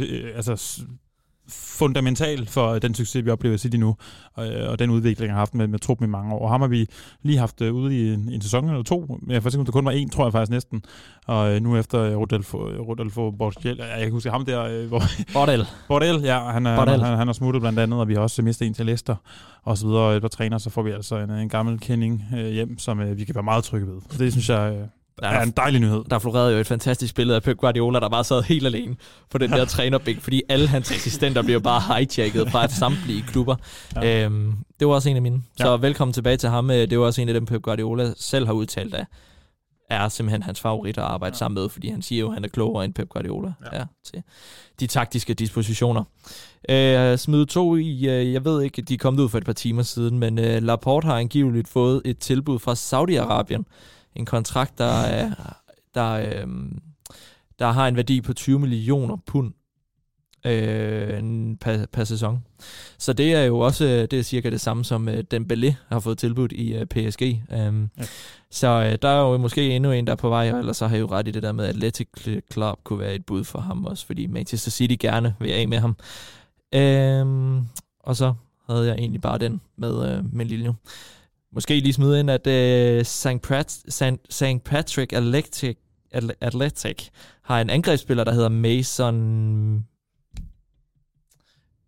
fundamental for den succes, vi oplever i City nu, og den udvikling, jeg har haft med truppen i mange år. Og ham har vi lige haft ude i en sæson eller to, men for eksempel, der kun var en, tror jeg faktisk næsten. Og nu efter Rodolfo Borgel, jeg kan huske ham der... Bordel, ja, han har smuttet blandt andet, og vi har også mistet en til Leicester, og så videre. Et træner, så får vi altså en gammel kending hjem, som vi kan være meget trygge ved. Så det synes jeg... Det er en dejlig nyhed. Der florerede jo et fantastisk billede af Pep Guardiola, der bare sad helt alene på den der trænerbænk, fordi alle hans assistenter bliver bare hijacket fra samtlige klubber. Ja. Det var også en af mine. Så velkommen tilbage til ham. Det var også en af dem, Pep Guardiola selv har udtalt, at er simpelthen hans favorit at arbejde sammen med, fordi han siger jo, at han er klogere end Pep Guardiola til de taktiske dispositioner. Smid 2 i, jeg ved ikke, de er kommet ud for et par timer siden, men Laporte har angiveligt fået et tilbud fra Saudi-Arabien. En kontrakt, der har en værdi på 20 millioner pund per sæson. Så det er jo også det er cirka det samme, som Dembélé har fået tilbudt i PSG. Så der er jo måske endnu en, der er på vej, og ellers så har jeg jo ret i det der med, at Athletic Club kunne være et bud for ham også, fordi Manchester City gerne vil af med ham. Og så havde jeg egentlig bare den med Lillo. Måske lige smide ind, at St. Patrick Athletic har en angrebsspiller, der hedder Mason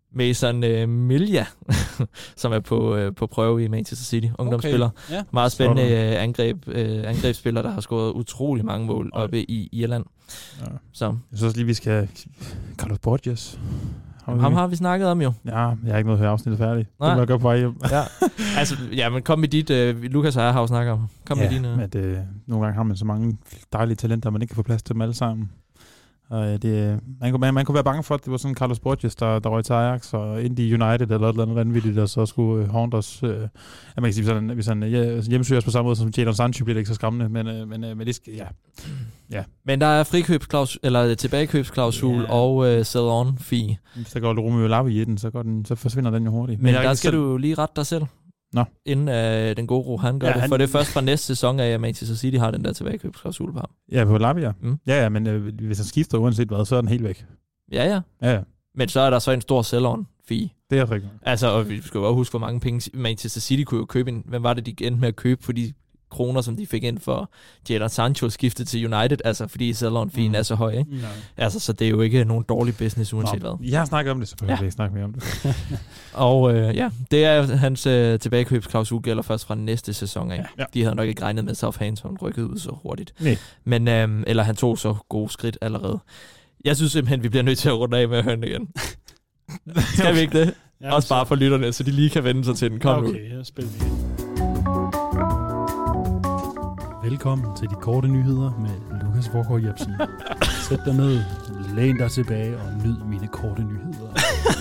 Mason Milja, som er på prøve i Manchester City, ungdomsspiller. Okay. Ja. Meget spændende angrebsspiller, der har scoret utrolig mange mål oppe i Irland. Ja. Så. Jeg synes også lige, vi skal... Carlos Borges. Ham har vi snakket om jo. Ja, jeg har ikke noget at høre afsnittet færdigt. Nej. Det må jeg gøre på vej hjem. Ja, men kom med dit... Lukas og jeg har jo snakket om. Kom med dine... men nogle gange har man så mange dejlige talenter, man ikke kan få plads til dem alle sammen. Og man kunne være bange for, at det var sådan Carlos Borges, der røg til Ajax og ind i United eller et eller andet vanvittigt, der så skulle haunt os. Man kan sige, hvis han hjemsøger os på samme måde som Jadon Sancho, bliver det ikke så skræmmende, men det skal... Ja. Men der er frikøbsklausul, eller tilbagekøbsklausul og sell-on fee. Hvis der går Romeo Lavie i den, så forsvinder den jo hurtigt. Men der skal du lige rette dig selv. Nå. Inden den gode ro, han gør det. For det er først fra næste sæson af, at Manchester City har den der tilbagekøbsklausul på ham. Ja, på Lavia. Ja, men hvis han skifter uanset hvad, så er den helt væk. Ja. Men så er der så en stor sell-on fee. Det er rigtigt. Altså, og vi skal jo også huske, hvor mange penge Manchester City kunne jo købe ind. Hvem var det, de endte med at købe for de kroner, som de fik ind for Jadon Sancho skiftet til United, altså fordi sell-on-feen er så høj, ikke? Nej. Altså, så det er jo ikke nogen dårlig business, uanset hvad. Jeg har snakket om det, så behøver jeg ikke snakke mere om det. Og det er hans tilbagekøbsklausul gælder først fra næste sæson af. Ja. De havde nok ikke regnet med, at Southampton rykkede ud så hurtigt. Nej. Men, eller han tog så gode skridt allerede. Jeg synes simpelthen, vi bliver nødt til at runde af med at høre den igen. Skal vi ikke det? Ja, også bare for lytterne, så de lige kan vende sig til den. Kom nu. Okay, jeg spiller igen. Velkommen til de korte nyheder med Lukas Vorgård Jebsen. Sæt dig ned, læn dig tilbage og nyd mine korte nyheder.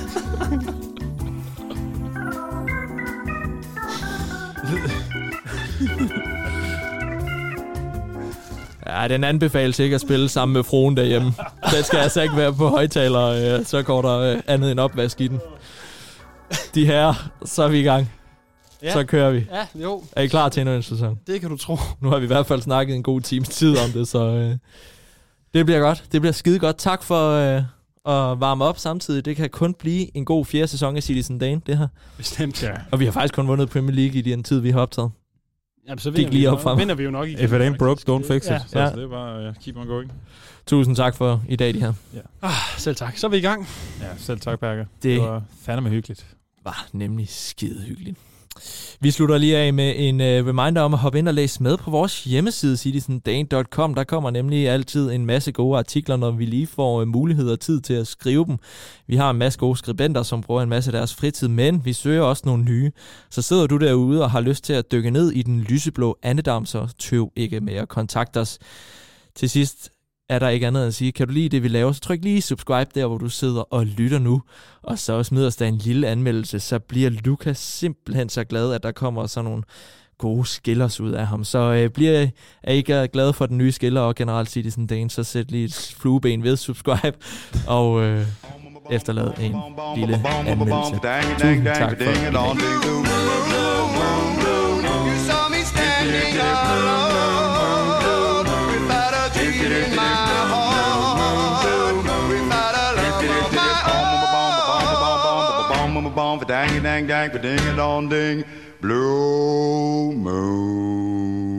Ja, den anbefales ikke at spille sammen med fruen derhjemme. Den skal altså ikke være på højtaler, så går der andet end opvask i den. De her, så er vi i gang. Ja. Så kører vi. Ja, jo. Er I klar til endnu en sæson? Det kan du tro. Nu har vi i hvert fald snakket en god times tid om det, så det bliver godt. Det bliver skide godt. Tak for at varme op samtidig. Det kan kun blive en god 4. sæson af Citizen Dane, det her. Bestemt, ja. Og vi har faktisk kun vundet Premier League i den tid, vi har optaget. Jamen, så vinder vi jo nok igen. If it ain't broke, don't fix it. Ja. Så det er bare keep on going. Tusind tak for i dag, de her. Ja. Selv tak. Så er vi i gang. Ja, selv tak, Berger. Det var fandeme hyggeligt. Var nemlig skide hyggeligt. Vi slutter lige af med en reminder om at hoppe ind og læse med på vores hjemmeside citizendane.com. Der kommer nemlig altid en masse gode artikler, når vi lige får mulighed og tid til at skrive dem. Vi har en masse gode skribenter, som bruger en masse af deres fritid, men vi søger også nogle nye. Så sidder du derude og har lyst til at dykke ned i den lyseblå andedam, så tøv ikke med at kontakte os. Til sidst er der ikke andet at sige. Kan du lide det, vi laver, så tryk lige subscribe der, hvor du sidder og lytter nu. Og så smider os der en lille anmeldelse, så bliver Lukas simpelthen så glad, at der kommer sådan nogle gode skillers ud af ham. Så er I ikke glade for den nye skiller og generelt Citizen Dane, så sæt lige et flueben ved subscribe og efterlad en lille anmeldelse. Tusind tak for i dag. Dang dang dang ding dong ding blue moon.